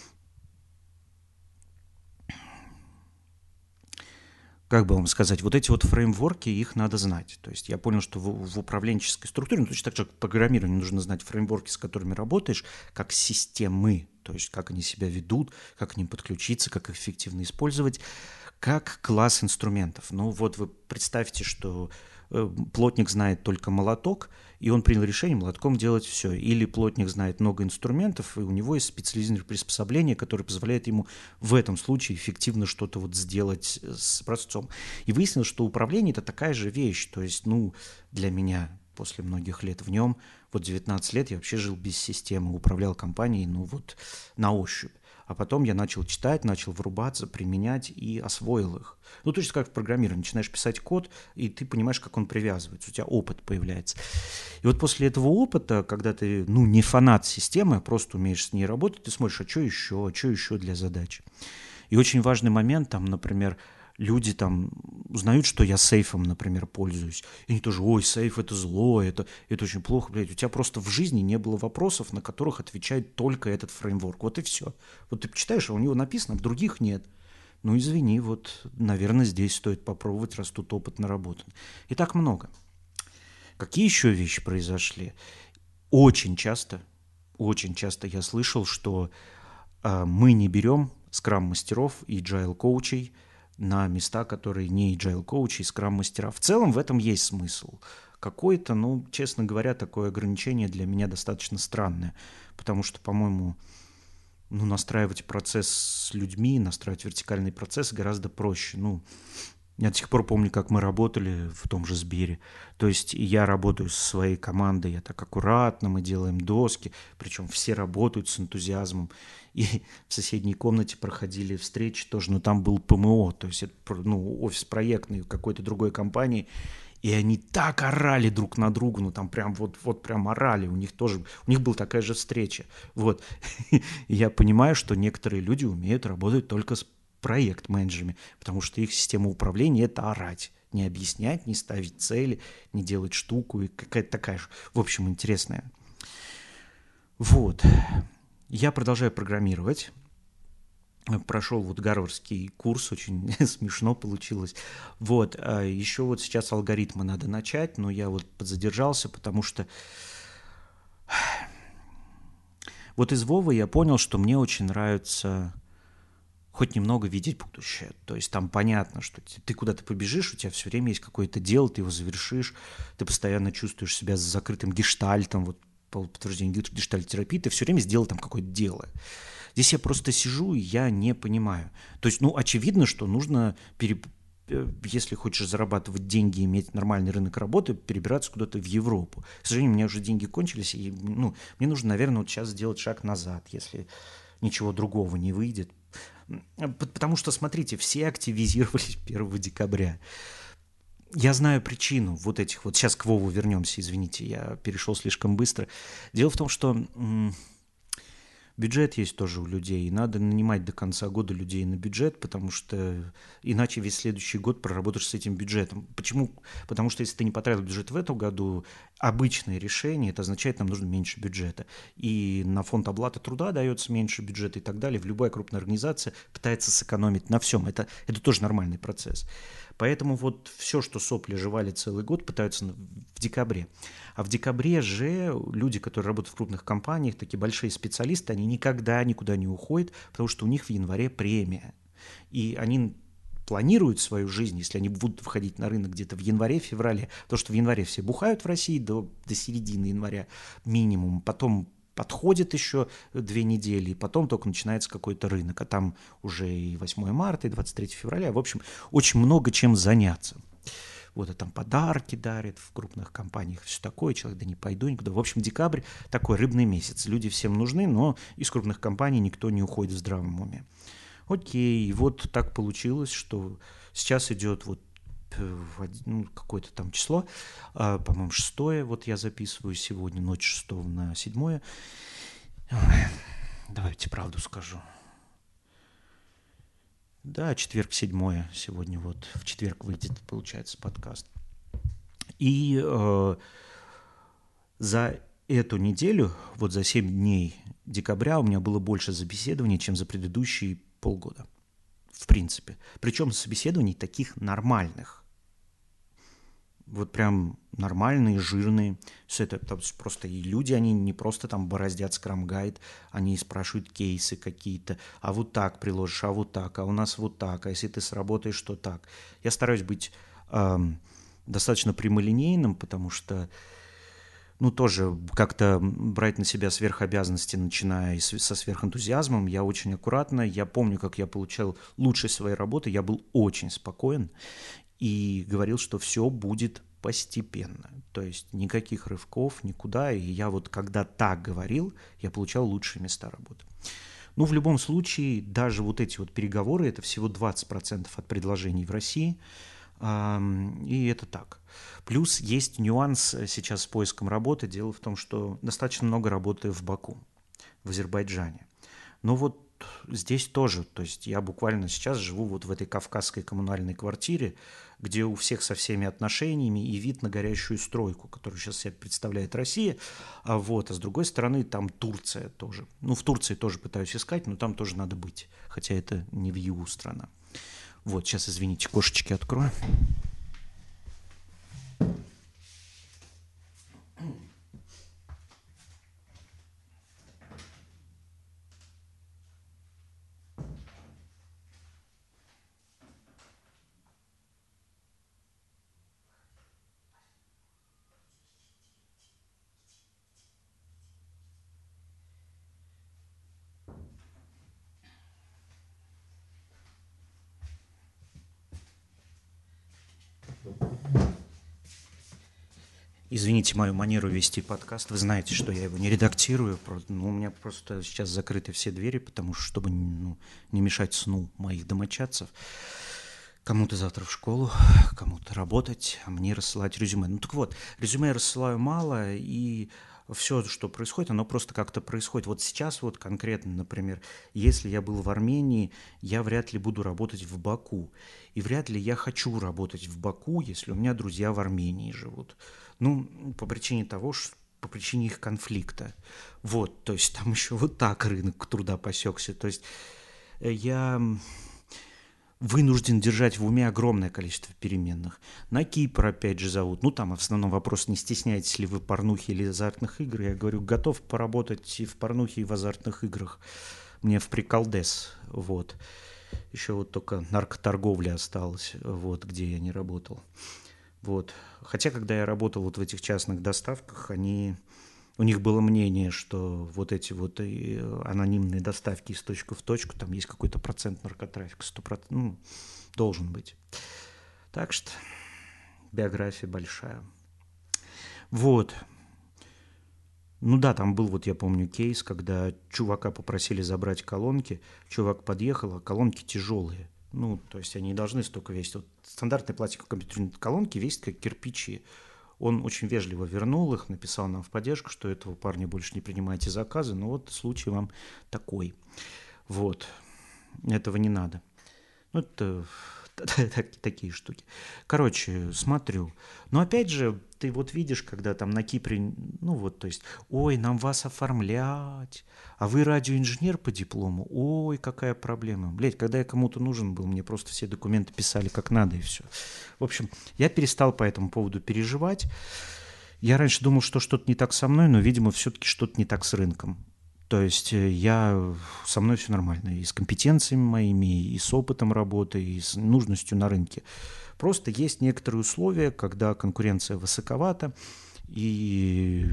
Как бы вам сказать, вот эти вот фреймворки, их надо знать. То есть я понял, что в, в управленческой структуре, ну, точно так же, как в программировании, нужно знать фреймворки, с которыми работаешь, как системы, то есть как они себя ведут, как к ним подключиться, как их эффективно использовать, как класс инструментов. Ну вот вы представьте, что э, плотник знает только молоток, и он принял решение молотком делать все. Или плотник знает много инструментов, и у него есть специализированное приспособление, которое позволяет ему в этом случае эффективно что-то вот сделать с образцом. И выяснилось, что управление – это такая же вещь. То есть, ну, для меня после многих лет в нем, вот девятнадцать лет я вообще жил без системы, управлял компанией, ну вот на ощупь. А потом я начал читать, начал врубаться, применять и освоил их. Ну, точно как в программировании. Начинаешь писать код, и ты понимаешь, как он привязывается. У тебя опыт появляется. И вот после этого опыта, когда ты, ну, не фанат системы, а просто умеешь с ней работать, ты смотришь, а что еще, а что еще для задачи. И очень важный момент, там, например, люди там узнают, что я сейфом, например, пользуюсь. И они тоже, ой, сейф это зло, это, это очень плохо, блядь. У тебя просто в жизни не было вопросов, на которых отвечает только этот фреймворк. Вот и все. Вот ты почитаешь, а у него написано, а в других нет. Ну, извини, вот, наверное, здесь стоит попробовать, раз тут опыт наработан. И так много. Какие еще вещи произошли? Очень часто, очень часто я слышал, что э, мы не берем скрам-мастеров и agile-коучей на места, которые не agile-коучи и скрам-мастера. В целом в этом есть смысл. Какой-то, ну, честно говоря, такое ограничение для меня достаточно странное, потому что, по-моему, ну, настраивать процесс с людьми, настраивать вертикальный процесс гораздо проще. Ну, я до сих пор помню, как мы работали в том же Сбере. То есть я работаю со своей командой, я так аккуратно, мы делаем доски, причем все работают с энтузиазмом. И в соседней комнате проходили встречи тоже, но там был ПМО, то есть это, ну, офис проектный какой-то другой компании. И они так орали друг на друга, ну там прям вот, вот прям орали, у них тоже, у них была такая же встреча. Вот. И я понимаю, что некоторые люди умеют работать только с проект-менеджерами, потому что их система управления – это орать. Не объяснять, не ставить цели, не делать штуку. И какая-то такая же, в общем, интересная. Вот. Я продолжаю программировать. Прошел вот гарвардский курс, очень смешно получилось. Вот, а еще вот сейчас алгоритмы надо начать, но я вот подзадержался, потому что вот из Вовы я понял, что мне очень нравится хоть немного видеть будущее. То есть там понятно, что ты куда-то побежишь, у тебя все время есть какое-то дело, ты его завершишь, ты постоянно чувствуешь себя с закрытым гештальтом, вот по подтверждению гештальт-терапии, ты все время сделал там какое-то дело. Здесь я просто сижу, и я не понимаю. То есть, ну, очевидно, что нужно, пере... если хочешь зарабатывать деньги, иметь нормальный рынок работы, перебираться куда-то в Европу. К сожалению, у меня уже деньги кончились, и, ну, мне нужно, наверное, вот сейчас сделать шаг назад, если ничего другого не выйдет. Потому что, смотрите, все активизировались первого декабря. Я знаю причину вот этих вот... Сейчас к Вову вернемся, извините, я перешел слишком быстро. Дело в том, что м- Бюджет есть тоже у людей, и надо нанимать до конца года людей на бюджет, потому что иначе весь следующий год проработаешь с этим бюджетом. Почему? Потому что если ты не потратил бюджет в этом году, обычное решение, это означает, нам нужно меньше бюджета. И на фонд оплаты труда дается меньше бюджета и так далее. В любая крупная организация пытается сэкономить на всем. Это, это тоже нормальный процесс. Поэтому вот все, что сопли жевали целый год, пытаются в декабре. А в декабре же люди, которые работают в крупных компаниях, такие большие специалисты, они никогда никуда не уходят, потому что у них в январе премия. И они планируют свою жизнь, если они будут выходить на рынок где-то в январе-феврале, потому что в январе все бухают в России до, до середины января минимум, потом подходит еще две недели, и потом только начинается какой-то рынок, а там уже и восьмое марта, и двадцать третьего февраля, в общем, очень много чем заняться. Вот, а там подарки дарят в крупных компаниях, все такое, человек, да не пойду никуда. В общем, декабрь такой рыбный месяц, люди всем нужны, но из крупных компаний никто не уходит в здравом уме. Окей, вот так получилось, что сейчас идет вот ну, какое-то там число, а, по-моему, шестое, вот я записываю сегодня, ночь шестого на седьмое. Давайте правду скажу. Да, четверг седьмое сегодня, вот в четверг выйдет, получается, подкаст. И э, за эту неделю, вот за семь дней декабря у меня было больше собеседований, чем за предыдущие полгода. В принципе. Причем собеседований таких нормальных. Вот прям нормальные, жирные. Все это просто и люди, они не просто там бороздят скрам-гайд, они спрашивают кейсы какие-то. А вот так приложишь, а вот так, а у нас вот так, а если ты сработаешь, то так. Я стараюсь быть эм, достаточно прямолинейным, потому что ну, тоже как-то брать на себя сверхобязанности, начиная со сверхэнтузиазмом, я очень аккуратно. Я помню, как я получал лучшие свои работы, я был очень спокоен и говорил, что все будет постепенно. То есть никаких рывков, никуда. И я вот когда так говорил, я получал лучшие места работы. Ну, в любом случае, даже вот эти вот переговоры, это всего двадцать процентов от предложений в России. И это так. Плюс есть нюанс сейчас с поиском работы. Дело в том, что достаточно много работы в Баку, в Азербайджане. Но вот здесь тоже, то есть я буквально сейчас живу вот в этой кавказской коммунальной квартире, где у всех со всеми отношениями и вид на горящую стройку, которую сейчас себе представляет Россия, а вот, а с другой стороны там Турция тоже. Ну, в Турции тоже пытаюсь искать, но там тоже надо быть, хотя это не в е у страна. Вот, сейчас, извините, кошечки открою. Извините мою манеру вести подкаст. Вы знаете, что я его не редактирую. Ну, у меня просто сейчас закрыты все двери, потому что, чтобы ну, не мешать сну моих домочадцев. Кому-то завтра в школу, кому-то работать, а мне рассылать резюме. Ну так вот, резюме я рассылаю мало, и все, что происходит, оно просто как-то происходит. Вот сейчас вот конкретно, например, если я был в Армении, я вряд ли буду работать в Баку. И вряд ли я хочу работать в Баку, если у меня друзья в Армении живут. Ну, по причине того, что по причине их конфликта. Вот, то есть там еще вот так рынок труда посекся. То есть я вынужден держать в уме огромное количество переменных. На Кипр опять же зовут. Ну, там в основном вопрос, не стесняетесь ли вы порнухи или азартных игр. Я говорю, готов поработать и в порнухе, и в азартных играх. Мне в приколдес. Вот. Еще вот только наркоторговля осталась, вот, где я не работал. Вот. Хотя, когда я работал вот в этих частных доставках, они, у них было мнение, что вот эти вот анонимные доставки из точки в точку, там есть какой-то процент наркотрафика, сто процентов, ну, должен быть. Так что биография большая. Вот. Ну да, там был, вот я помню, кейс, когда чувака попросили забрать колонки, чувак подъехал, а колонки тяжелые. Ну, то есть они не должны столько весить. Вот стандартные пластиковые компьютерные колонки весят как кирпичи. Он очень вежливо вернул их, написал нам в поддержку, что этого парня больше не принимайте заказы, но вот случай вам такой. Вот. Этого не надо. Ну, это такие штуки. Короче, смотрю. Но опять же, ты вот видишь, когда там на Кипре, ну вот, то есть, ой, нам вас оформлять, а вы радиоинженер по диплому, ой, какая проблема. Блядь, когда я кому-то нужен был, мне просто все документы писали как надо и все. В общем, я перестал по этому поводу переживать. Я раньше думал, что что-то не так со мной, но, видимо, все-таки что-то не так с рынком. То есть я, со мной все нормально, и с компетенциями моими, и с опытом работы, и с нужностью на рынке. Просто есть некоторые условия, когда конкуренция высоковата, и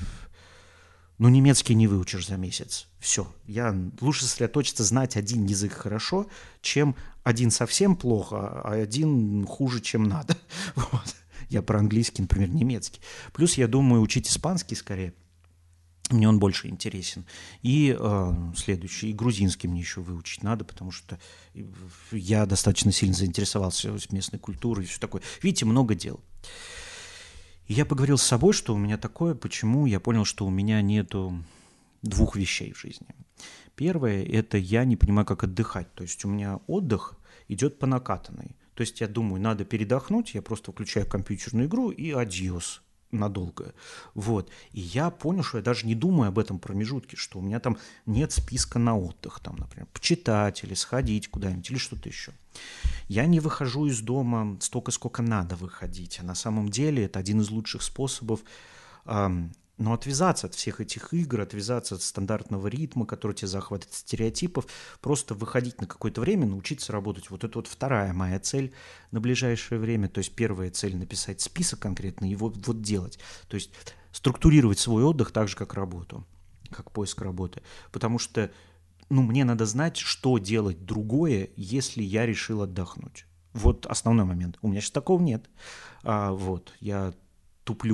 ну, немецкий не выучишь за месяц. Все. Я лучше сосредоточиться, знать один язык хорошо, чем один совсем плохо, а один хуже, чем надо. Вот. Я про английский, например, немецкий. Плюс я думаю учить испанский скорее. Мне он больше интересен. И э, следующий, и грузинский мне еще выучить надо, потому что я достаточно сильно заинтересовался местной культурой и все такое. Видите, много дел. И я поговорил с собой, что у меня такое, почему я понял, что у меня нету двух вещей в жизни. Первое – это я не понимаю, как отдыхать. То есть у меня отдых идет по накатанной. То есть я думаю, надо передохнуть, я просто включаю компьютерную игру и адьос. Надолго. Вот. И я понял, что я даже не думаю об этом промежутке, что у меня там нет списка на отдых, там, например, почитать или сходить куда-нибудь или что-то еще. Я не выхожу из дома столько, сколько надо выходить. А на самом деле это один из лучших способов эм, ну, отвязаться от всех этих игр, отвязаться от стандартного ритма, который тебя захватывает, стереотипов, просто выходить на какое-то время, научиться работать. Вот это вот вторая моя цель на ближайшее время. То есть первая цель — написать список конкретно и вот, вот делать. То есть структурировать свой отдых так же, как работу, как поиск работы. Потому что ну, мне надо знать, что делать другое, если я решил отдохнуть. Вот основной момент. У меня сейчас такого нет. А, вот, я туплю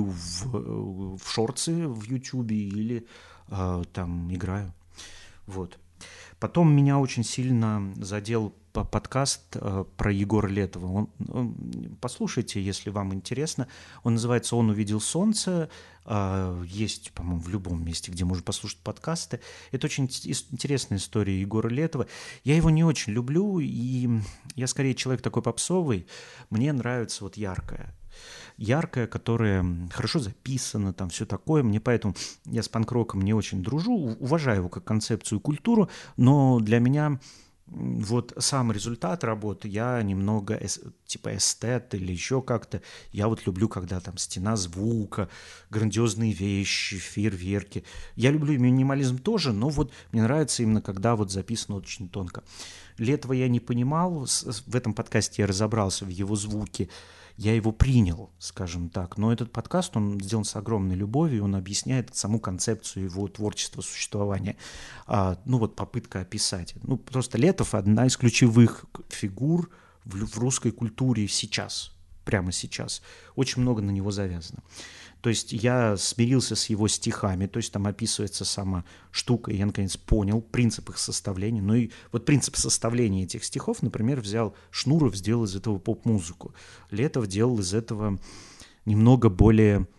в, в шорцы в Ютубе или э, там играю. Вот. Потом меня очень сильно задел подкаст э, про Егора Летова. Он, он, послушайте, если вам интересно. Он называется «Он увидел солнце». Э, есть, по-моему, в любом месте, где можно послушать подкасты. Это очень интересная история Егора Летова. Я его не очень люблю, и я скорее человек такой попсовый. Мне нравится вот яркое. Яркое, которое хорошо записано, там все такое. Мне поэтому, я с панк-роком не очень дружу, уважаю его как концепцию и культуру, но для меня вот сам результат работы, я немного эс, типа эстет или еще как-то, я вот люблю, когда там стена звука, грандиозные вещи, фейерверки. Я люблю минимализм тоже, но вот мне нравится именно, когда вот записано очень тонко. Летова я не понимал, в этом подкасте я разобрался в его звуке, я его принял, скажем так. Но этот подкаст, он сделан с огромной любовью, он объясняет саму концепцию его творчества, существования. А, ну вот попытка описать. Ну просто Летов — одна из ключевых фигур в, в русской культуре сейчас, прямо сейчас. Очень много на него завязано. То есть я смирился с его стихами, то есть там описывается сама штука, и я наконец понял принцип их составления. Ну и вот принцип составления этих стихов, например, взял Шнуров, сделал из этого поп-музыку. Летов делал из этого немного более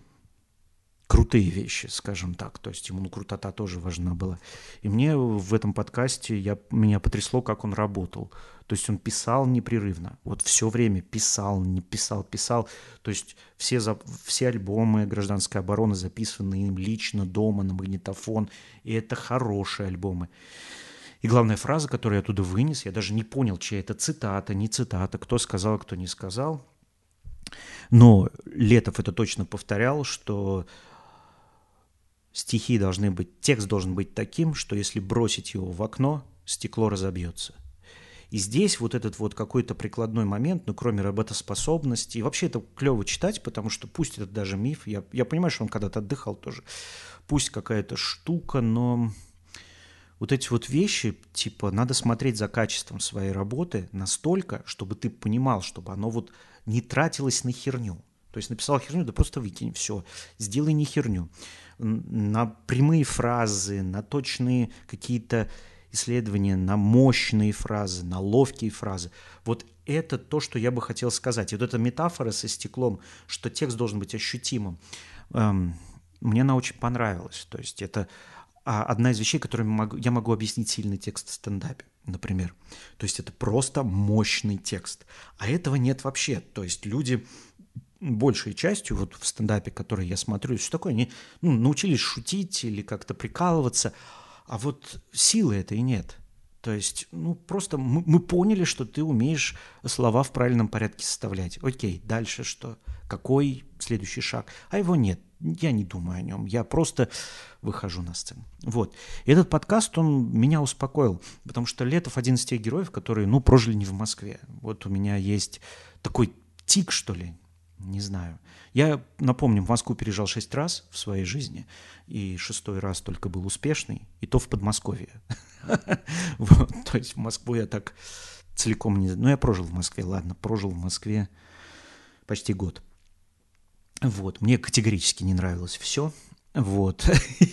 крутые вещи, скажем так. То есть ему ну, крутота тоже важна была. И мне в этом подкасте я, меня потрясло, как он работал. То есть он писал непрерывно. Вот все время писал, не писал, писал. То есть все, все альбомы «Гражданской обороны» записаны им лично дома на магнитофон. И это хорошие альбомы. И главная фраза, которую я оттуда вынес, я даже не понял, чья это цитата, не цитата, кто сказал, кто не сказал. Но Летов это точно повторял, что стихи должны быть, текст должен быть таким, что если бросить его в окно, стекло разобьется. И здесь вот этот вот какой-то прикладной момент, ну, кроме работоспособности, и вообще это клево читать, потому что пусть это даже миф, я, я понимаю, что он когда-то отдыхал тоже, пусть какая-то штука, но вот эти вот вещи, типа, надо смотреть за качеством своей работы настолько, чтобы ты понимал, чтобы оно вот не тратилось на херню. То есть написал херню, да просто выкинь, все, сделай не херню. На прямые фразы, на точные какие-то исследования на мощные фразы, на ловкие фразы. Вот это то, что я бы хотел сказать. И вот эта метафора со стеклом, что текст должен быть ощутимым, эм, мне она очень понравилась. То есть это а, одна из вещей, которыми могу, я могу объяснить сильный текст в стендапе, например. То есть это просто мощный текст. А этого нет вообще. То есть люди большей частью вот в стендапе, который я смотрю, все такое, они ну, научились шутить или как-то прикалываться, а вот силы этой нет. То есть, ну, просто мы, мы поняли, что ты умеешь слова в правильном порядке составлять. Окей, дальше что? Какой следующий шаг? А его нет. Я не думаю о нем. Я просто выхожу на сцену. Вот. И этот подкаст, он меня успокоил, потому что Летов один из тех героев, которые, ну, прожили не в Москве. Вот у меня есть такой тик, что ли, не знаю. Я, напомню, в Москву переезжал шесть раз в своей жизни, и шестой раз только был успешный, и то в Подмосковье. Вот, то есть в Москву я так целиком не... Ну, я прожил в Москве, ладно, прожил в Москве почти год. Вот, мне категорически не нравилось все. Вот.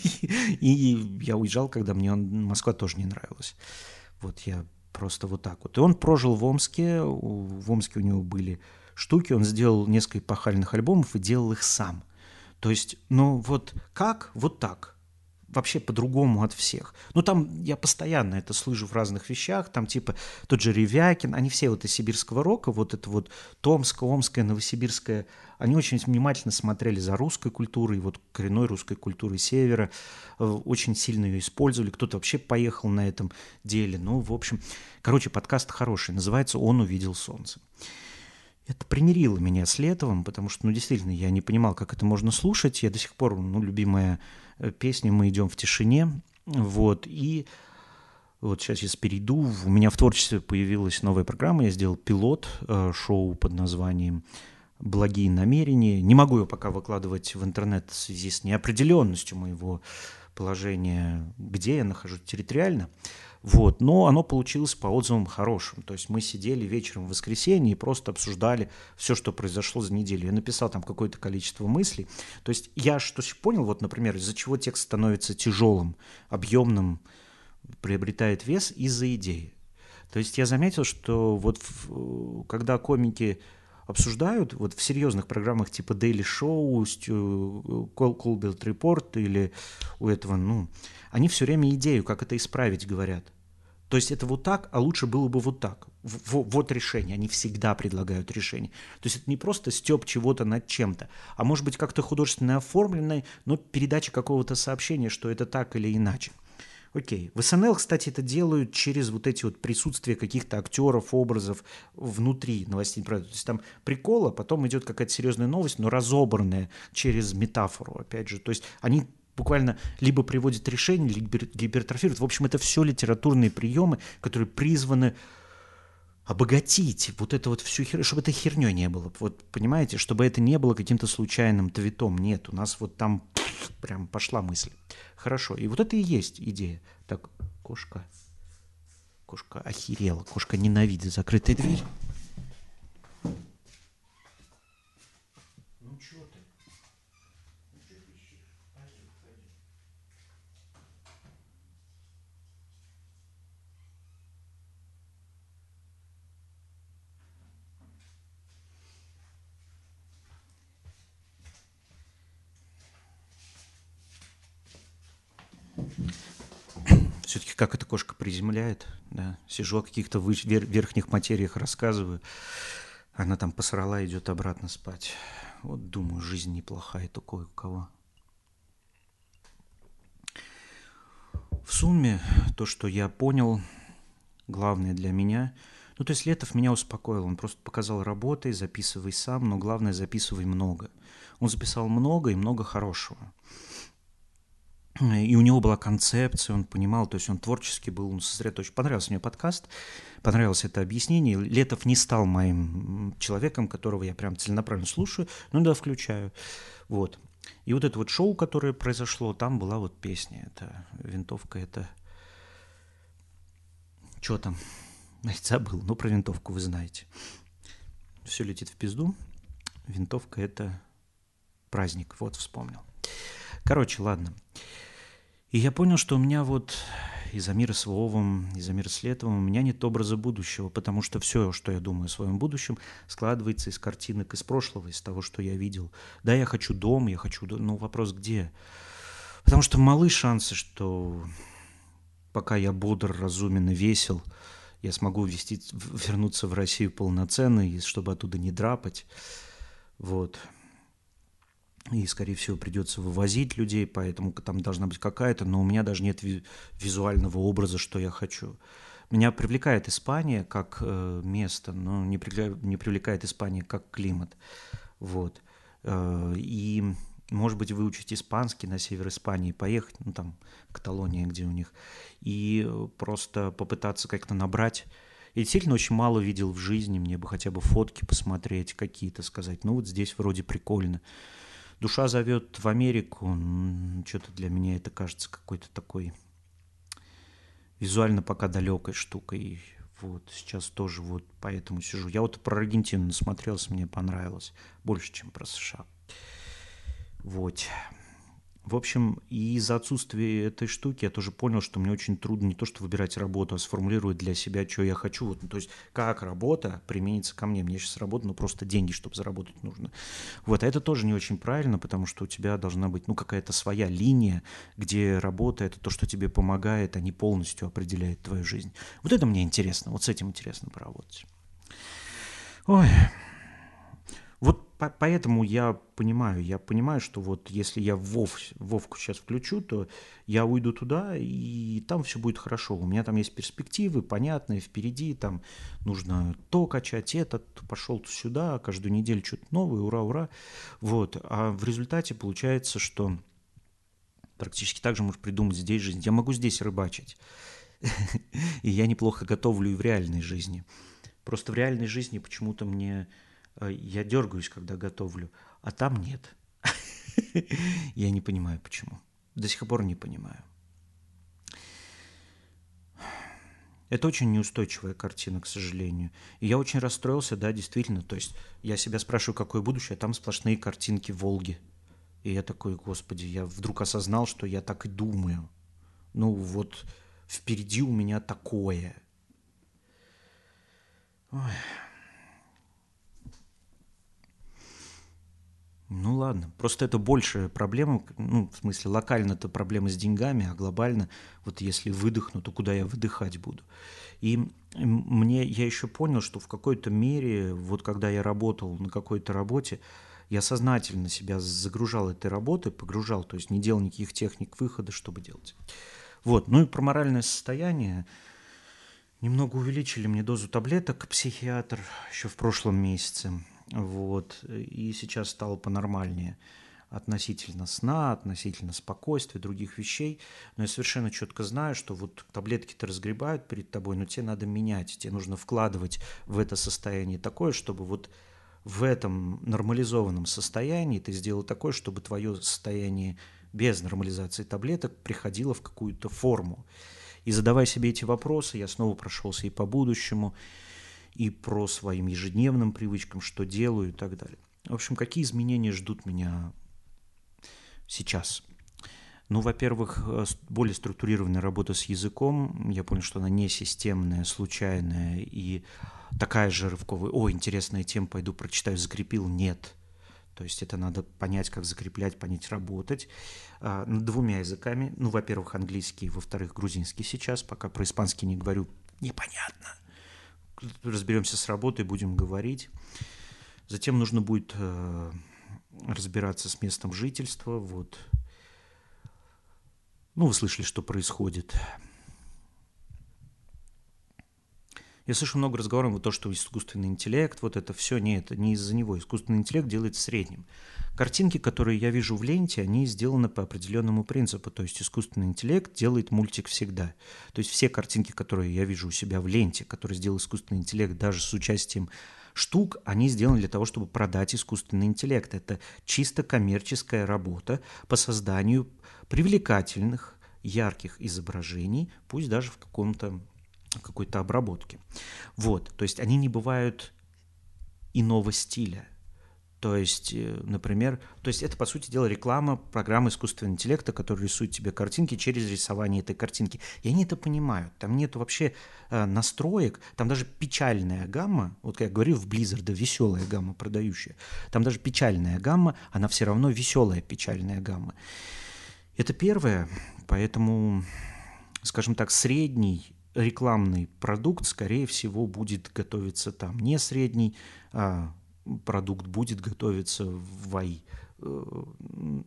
И я уезжал, когда мне Москва тоже не нравилась. Вот я просто вот так вот. И он прожил в Омске, в Омске у него были штуки, он сделал несколько эпохальных альбомов и делал их сам. То есть, ну вот как? Вот так. Вообще по-другому от всех. Ну там я постоянно это слышу в разных вещах, там типа тот же Ревякин, они все вот из сибирского рока, вот это вот Томская, Омская, Новосибирская, они очень внимательно смотрели за русской культурой, вот коренной русской культурой Севера, очень сильно ее использовали, кто-то вообще поехал на этом деле. Ну, в общем, короче, подкаст хороший, называется «Он увидел солнце». Это примирило меня с Летовым, потому что, ну, действительно, я не понимал, как это можно слушать. Я до сих пор, ну, любимая песня «Мы идем в тишине». Вот, и вот сейчас я перейду. У меня в творчестве появилась новая программа. Я сделал пилот э, шоу под названием «Благие намерения». Не могу ее пока выкладывать в интернет в связи с неопределенностью моего положения, где я нахожусь территориально. Вот. Но оно получилось по отзывам хорошим. То есть мы сидели вечером в воскресенье и просто обсуждали все, что произошло за неделю. Я написал там какое-то количество мыслей. То есть я что понял, вот, например, из-за чего текст становится тяжелым, объемным, приобретает вес из-за идеи. То есть я заметил, что вот в, когда комики обсуждают вот в серьезных программах типа Daily Show, Colbert Report или у этого, ну, они все время идею, как это исправить, говорят. То есть это вот так, а лучше было бы вот так. В, вот решение. Они всегда предлагают решение. То есть это не просто стёб чего-то над чем-то, а может быть как-то художественно оформленное, но передача какого-то сообщения, что это так или иначе. Окей. В СНЛ, кстати, это делают через вот эти вот присутствия каких-то актеров, образов внутри новостей. То есть там прикол, а потом идет какая-то серьезная новость, но разобранная через метафору, опять же. То есть они буквально либо приводят решение, либо гипертрофируют. В общем, это все литературные приемы, которые призваны обогатить вот это вот всю херню, чтобы это херней не было. Вот понимаете, чтобы это не было каким-то случайным твитом. Нет, у нас вот там прям пошла мысль. Хорошо. И вот это и есть идея. Так, кошка. Кошка охерела. Кошка ненавидит закрытая дверь. Ну чё ты? Ну чё пищишь? Пойди, пойди. Все-таки как эта кошка приземляет, да, сижу о каких-то вер- верхних материях рассказываю, она там посрала, идет обратно спать. Вот думаю, жизнь неплохая, такой у кого. В сумме то, что я понял, главное для меня, ну то есть Летов меня успокоил, он просто показал: работай, записывай сам, но главное записывай много. Он записал много и много хорошего. И у него была концепция, он понимал, то есть он творчески был, он сосредоточен. Понравился мне подкаст, понравилось это объяснение. Летов не стал моим человеком, которого я прям целенаправленно слушаю, но да, включаю. Вот. И вот это вот шоу, которое произошло, там была вот песня. Это винтовка, это... Что там? Забыл, ну про винтовку вы знаете. Все летит в пизду. Винтовка — это праздник, вот вспомнил. Короче, ладно. И я понял, что у меня вот из-за мира с Вовом, из-за мира с Летовым у меня нет образа будущего, потому что все, что я думаю о своем будущем, складывается из картинок из прошлого, из того, что я видел. Да, я хочу дом, я хочу... дом, но вопрос где? Потому что малы шансы, что пока я бодр, разумен и весел, я смогу вести, вернуться в Россию полноценно, и чтобы оттуда не драпать. Вот. И, скорее всего, придется вывозить людей, поэтому там должна быть какая-то, но у меня даже нет ви- визуального образа, что я хочу. Меня привлекает Испания как э, место, но не, привля- не привлекает Испания как климат. Вот. Э, и, может быть, выучить испанский на север Испании, поехать, ну, там, Каталония, где у них, и э, просто попытаться как-то набрать. Я действительно очень мало видел в жизни, мне бы хотя бы фотки посмотреть какие-то, сказать, ну, вот здесь вроде прикольно. Душа зовет в Америку, что-то для меня это кажется какой-то такой визуально пока далекой штукой. Вот, сейчас тоже вот поэтому сижу. Я вот про Аргентину насмотрелся, мне понравилось. Больше, чем про США. Вот. В общем, и из-за отсутствия этой штуки я тоже понял, что мне очень трудно не то что выбирать работу, а сформулировать для себя, что я хочу. Вот, ну, то есть, как работа применится ко мне. Мне сейчас работа, ну, просто деньги, чтобы заработать нужно. Вот, а это тоже не очень правильно, потому что у тебя должна быть, ну, какая-то своя линия, где работа – это то, что тебе помогает, а не полностью определяет твою жизнь. Вот это мне интересно, вот с этим интересно поработать. Ой, вот по- поэтому я понимаю, я понимаю, что вот если я Вов, Вовку сейчас включу, то я уйду туда, и там все будет хорошо. У меня там есть перспективы, понятные, впереди там нужно то качать, этот, пошел сюда, каждую неделю что-то новое, ура, ура. Вот. А в результате получается, что практически так же можешь придумать здесь жизнь. Я могу здесь рыбачить, и я неплохо готовлю и в реальной жизни. Просто в реальной жизни почему-то мне... э, Я дергаюсь, когда готовлю, а там нет. Я не понимаю, почему. До сих пор не понимаю. Это очень неустойчивая картина, к сожалению. И я очень расстроился, да, действительно. То есть я себя спрашиваю, какое будущее, а там сплошные картинки Волги. И я такой, господи, я вдруг осознал, что я так и думаю. Ну вот впереди у меня такое. Ой. Ну ладно, просто это большая проблема, ну, в смысле, локально это проблема с деньгами, а глобально, вот если выдохну, то куда я выдыхать буду? И мне, я еще понял, что в какой-то мере, вот когда я работал на какой-то работе, я сознательно себя загружал этой работой, погружал, то есть не делал никаких техник выхода, чтобы делать. Вот, ну и про моральное состояние. Немного увеличили мне дозу таблеток психиатр еще в прошлом месяце. Вот. И сейчас стало понормальнее относительно сна, относительно спокойствия, других вещей. Но я совершенно четко знаю, что вот таблетки-то разгребают перед тобой, но тебе надо менять, тебе нужно вкладывать в это состояние такое, чтобы вот в этом нормализованном состоянии ты сделал такое, чтобы твое состояние без нормализации таблеток приходило в какую-то форму. И задавая себе эти вопросы, я снова прошелся и по будущему, и про своим ежедневным привычкам, что делаю и так далее. В общем, какие изменения ждут меня сейчас? Ну, во-первых, более структурированная работа с языком. Я понял, что она не системная, случайная и такая же рывковая. О, интересная тема, пойду прочитаю, закрепил. Нет. То есть это надо понять, как закреплять, понять, работать. А, над двумя языками. Ну, во-первых, английский, во-вторых, грузинский сейчас. Пока про испанский не говорю, непонятно. Разберемся с работой, будем говорить. Затем нужно будет э, разбираться с местом жительства. Вот. Ну, вы слышали, что происходит. Я слышу много разговоров о том, что искусственный интеллект, вот это все, не, это не из-за него. Искусственный интеллект делает в среднем. Картинки, которые я вижу в ленте, они сделаны по определенному принципу. То есть искусственный интеллект делает мультик всегда. То есть все картинки, которые я вижу у себя в ленте, которые сделал искусственный интеллект даже с участием штук, они сделаны для того, чтобы продать искусственный интеллект. Это чисто коммерческая работа по созданию привлекательных, ярких изображений, пусть даже в каком-то какой-то обработки. Вот, то есть они не бывают иного стиля. То есть, э, например, то есть это, по сути дела, реклама программы искусственного интеллекта, которая рисует тебе картинки через рисование этой картинки. И они это понимают. Там нет вообще э, настроек, там даже печальная гамма, вот как я говорил, в Blizzard веселая гамма продающая, там даже печальная гамма, она все равно веселая печальная гамма. Это первое, поэтому, скажем так, средний рекламный продукт, скорее всего, будет готовиться там. Не средний, а продукт будет готовиться в эй ай.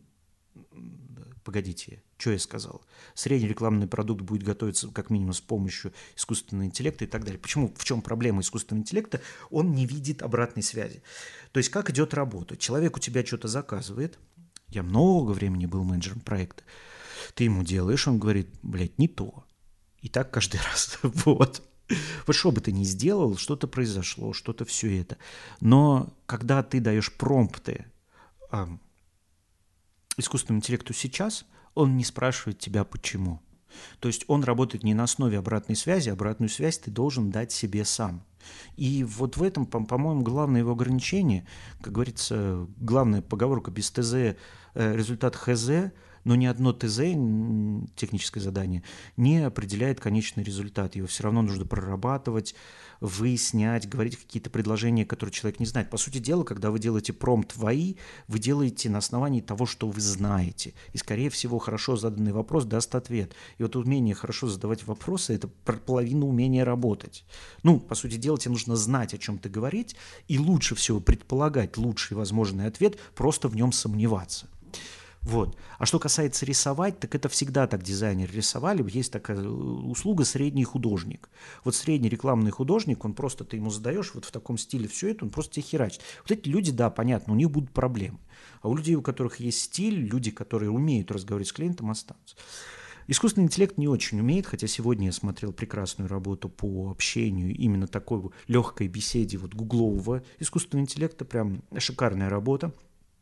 Погодите, что я сказал? Средний рекламный продукт будет готовиться как минимум с помощью искусственного интеллекта и так далее. Почему? В чем проблема искусственного интеллекта? Он не видит обратной связи. То есть как идет работа? Человек у тебя что-то заказывает. Я много времени был менеджером проекта. Ты ему делаешь, он говорит, блядь, не то. И так каждый раз. Вот. Вот что бы ты ни сделал, что-то произошло, что-то все это. Но когда ты даешь промпты а, искусственному интеллекту сейчас, он не спрашивает тебя почему. То есть он работает не на основе обратной связи, обратную связь ты должен дать себе сам. И вот в этом, по-моему, главное его ограничение, как говорится, главная поговорка без ТЗ, результат ХЗ, но ни одно ТЗ, техническое задание, не определяет конечный результат. Его все равно нужно прорабатывать, выяснять, говорить какие-то предложения, которые человек не знает. По сути дела, когда вы делаете промпт в эй ай, вы делаете на основании того, что вы знаете. И, скорее всего, хорошо заданный вопрос даст ответ. И вот умение хорошо задавать вопросы – это половина умения работать. Ну, по сути дела, тебе нужно знать, о чем ты говорить, и лучше всего предполагать лучший возможный ответ, просто в нем сомневаться. Вот. А что касается рисовать, так это всегда так дизайнеры рисовали. Есть такая услуга средний художник. Вот средний рекламный художник, он просто, ты ему задаешь вот в таком стиле все это, он просто тебе херачит. Вот эти люди, да, понятно, у них будут проблемы. А у людей, у которых есть стиль, люди, которые умеют разговаривать с клиентом, останутся. Искусственный интеллект не очень умеет, хотя сегодня я смотрел прекрасную работу по общению, именно такой легкой беседе вот гуглового искусственного интеллекта, прям шикарная работа.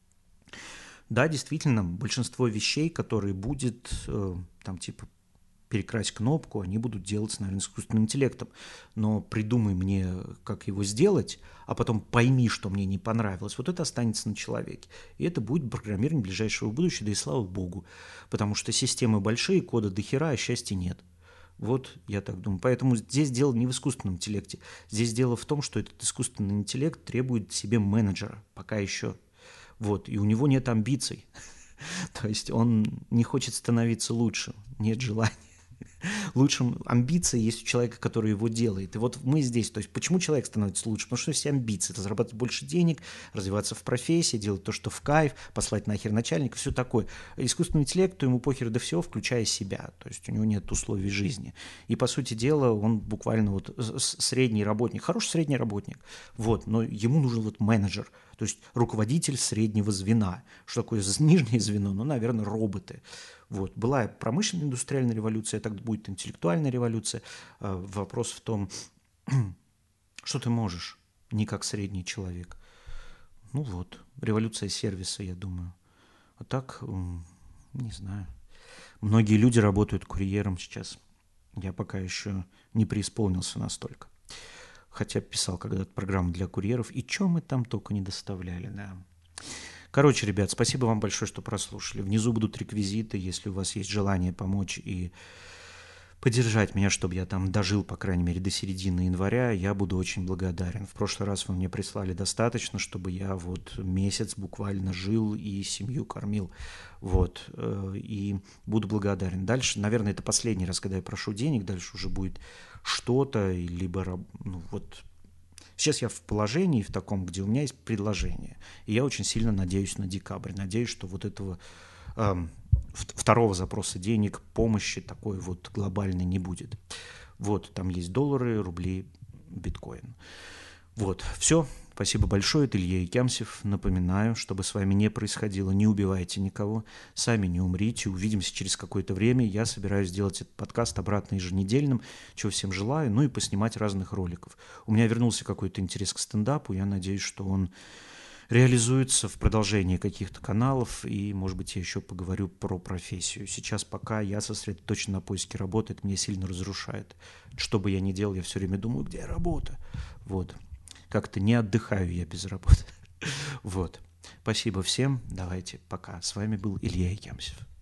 Да, действительно, большинство вещей, которые будет, э, там, типа, перекрасть кнопку, они будут делаться, наверное, искусственным интеллектом. Но придумай мне, как его сделать, а потом пойми, что мне не понравилось, вот это останется на человеке. И это будет программирование ближайшего будущего, да и слава богу. Потому что системы большие, кода до хера, а счастья нет. Вот я так думаю. Поэтому здесь дело не в искусственном интеллекте. Здесь дело в том, что этот искусственный интеллект требует себе менеджера, пока еще. Вот, и у него нет амбиций. То есть он не хочет становиться лучшим, нет желания. Лучшим амбиции есть у человека, который его делает. И вот мы здесь. То есть почему человек становится лучше? Потому что все амбиции. Это зарабатывать больше денег, развиваться в профессии, делать то, что в кайф, послать нахер начальника, все такое. Искусственный интеллект, ему похер до всего, включая себя. То есть у него нет условий жизни. И, по сути дела, он буквально вот средний работник. Хороший средний работник. Вот. Но ему нужен вот менеджер. То есть руководитель среднего звена. Что такое нижнее звено? Ну, наверное, роботы. Вот. Была промышленная индустриальная революция, так будет интеллектуальная революция. Вопрос в том, что ты можешь, не как средний человек. Ну вот, революция сервиса, я думаю. А так, не знаю. Многие люди работают курьером сейчас. Я пока еще не преисполнился настолько. Хотя писал когда-то программу для курьеров, и что мы там только не доставляли, да. Короче, ребят, спасибо вам большое, что прослушали. Внизу будут реквизиты, если у вас есть желание помочь и поддержать меня, чтобы я там дожил, по крайней мере, до середины января, я буду очень благодарен. В прошлый раз вы мне прислали достаточно, чтобы я вот месяц буквально жил и семью кормил. Вот. И буду благодарен. Дальше, наверное, это последний раз, когда я прошу денег, дальше уже будет что-то, либо, ну, вот... Сейчас я в положении в таком, где у меня есть предложение. И я очень сильно надеюсь на декабрь. Надеюсь, что вот этого э, второго запроса денег, помощи такой вот глобальной не будет. Вот, там есть доллары, рубли, биткоин. Вот, все. Спасибо большое. Это Илья Икямсев. Напоминаю, чтобы с вами не происходило, не убивайте никого, сами не умрите. Увидимся через какое-то время. Я собираюсь сделать этот подкаст обратно еженедельным, чего всем желаю, ну и поснимать разных роликов. У меня вернулся какой-то интерес к стендапу. Я надеюсь, что он реализуется в продолжении каких-то каналов, и, может быть, я еще поговорю про профессию. Сейчас пока я сосредоточен на поиске работы, это меня сильно разрушает. Что бы я ни делал, я все время думаю, где работа. Вот. Как-то не отдыхаю я без работы. Вот. Спасибо всем. Давайте, пока. С вами был Илья Якимцев.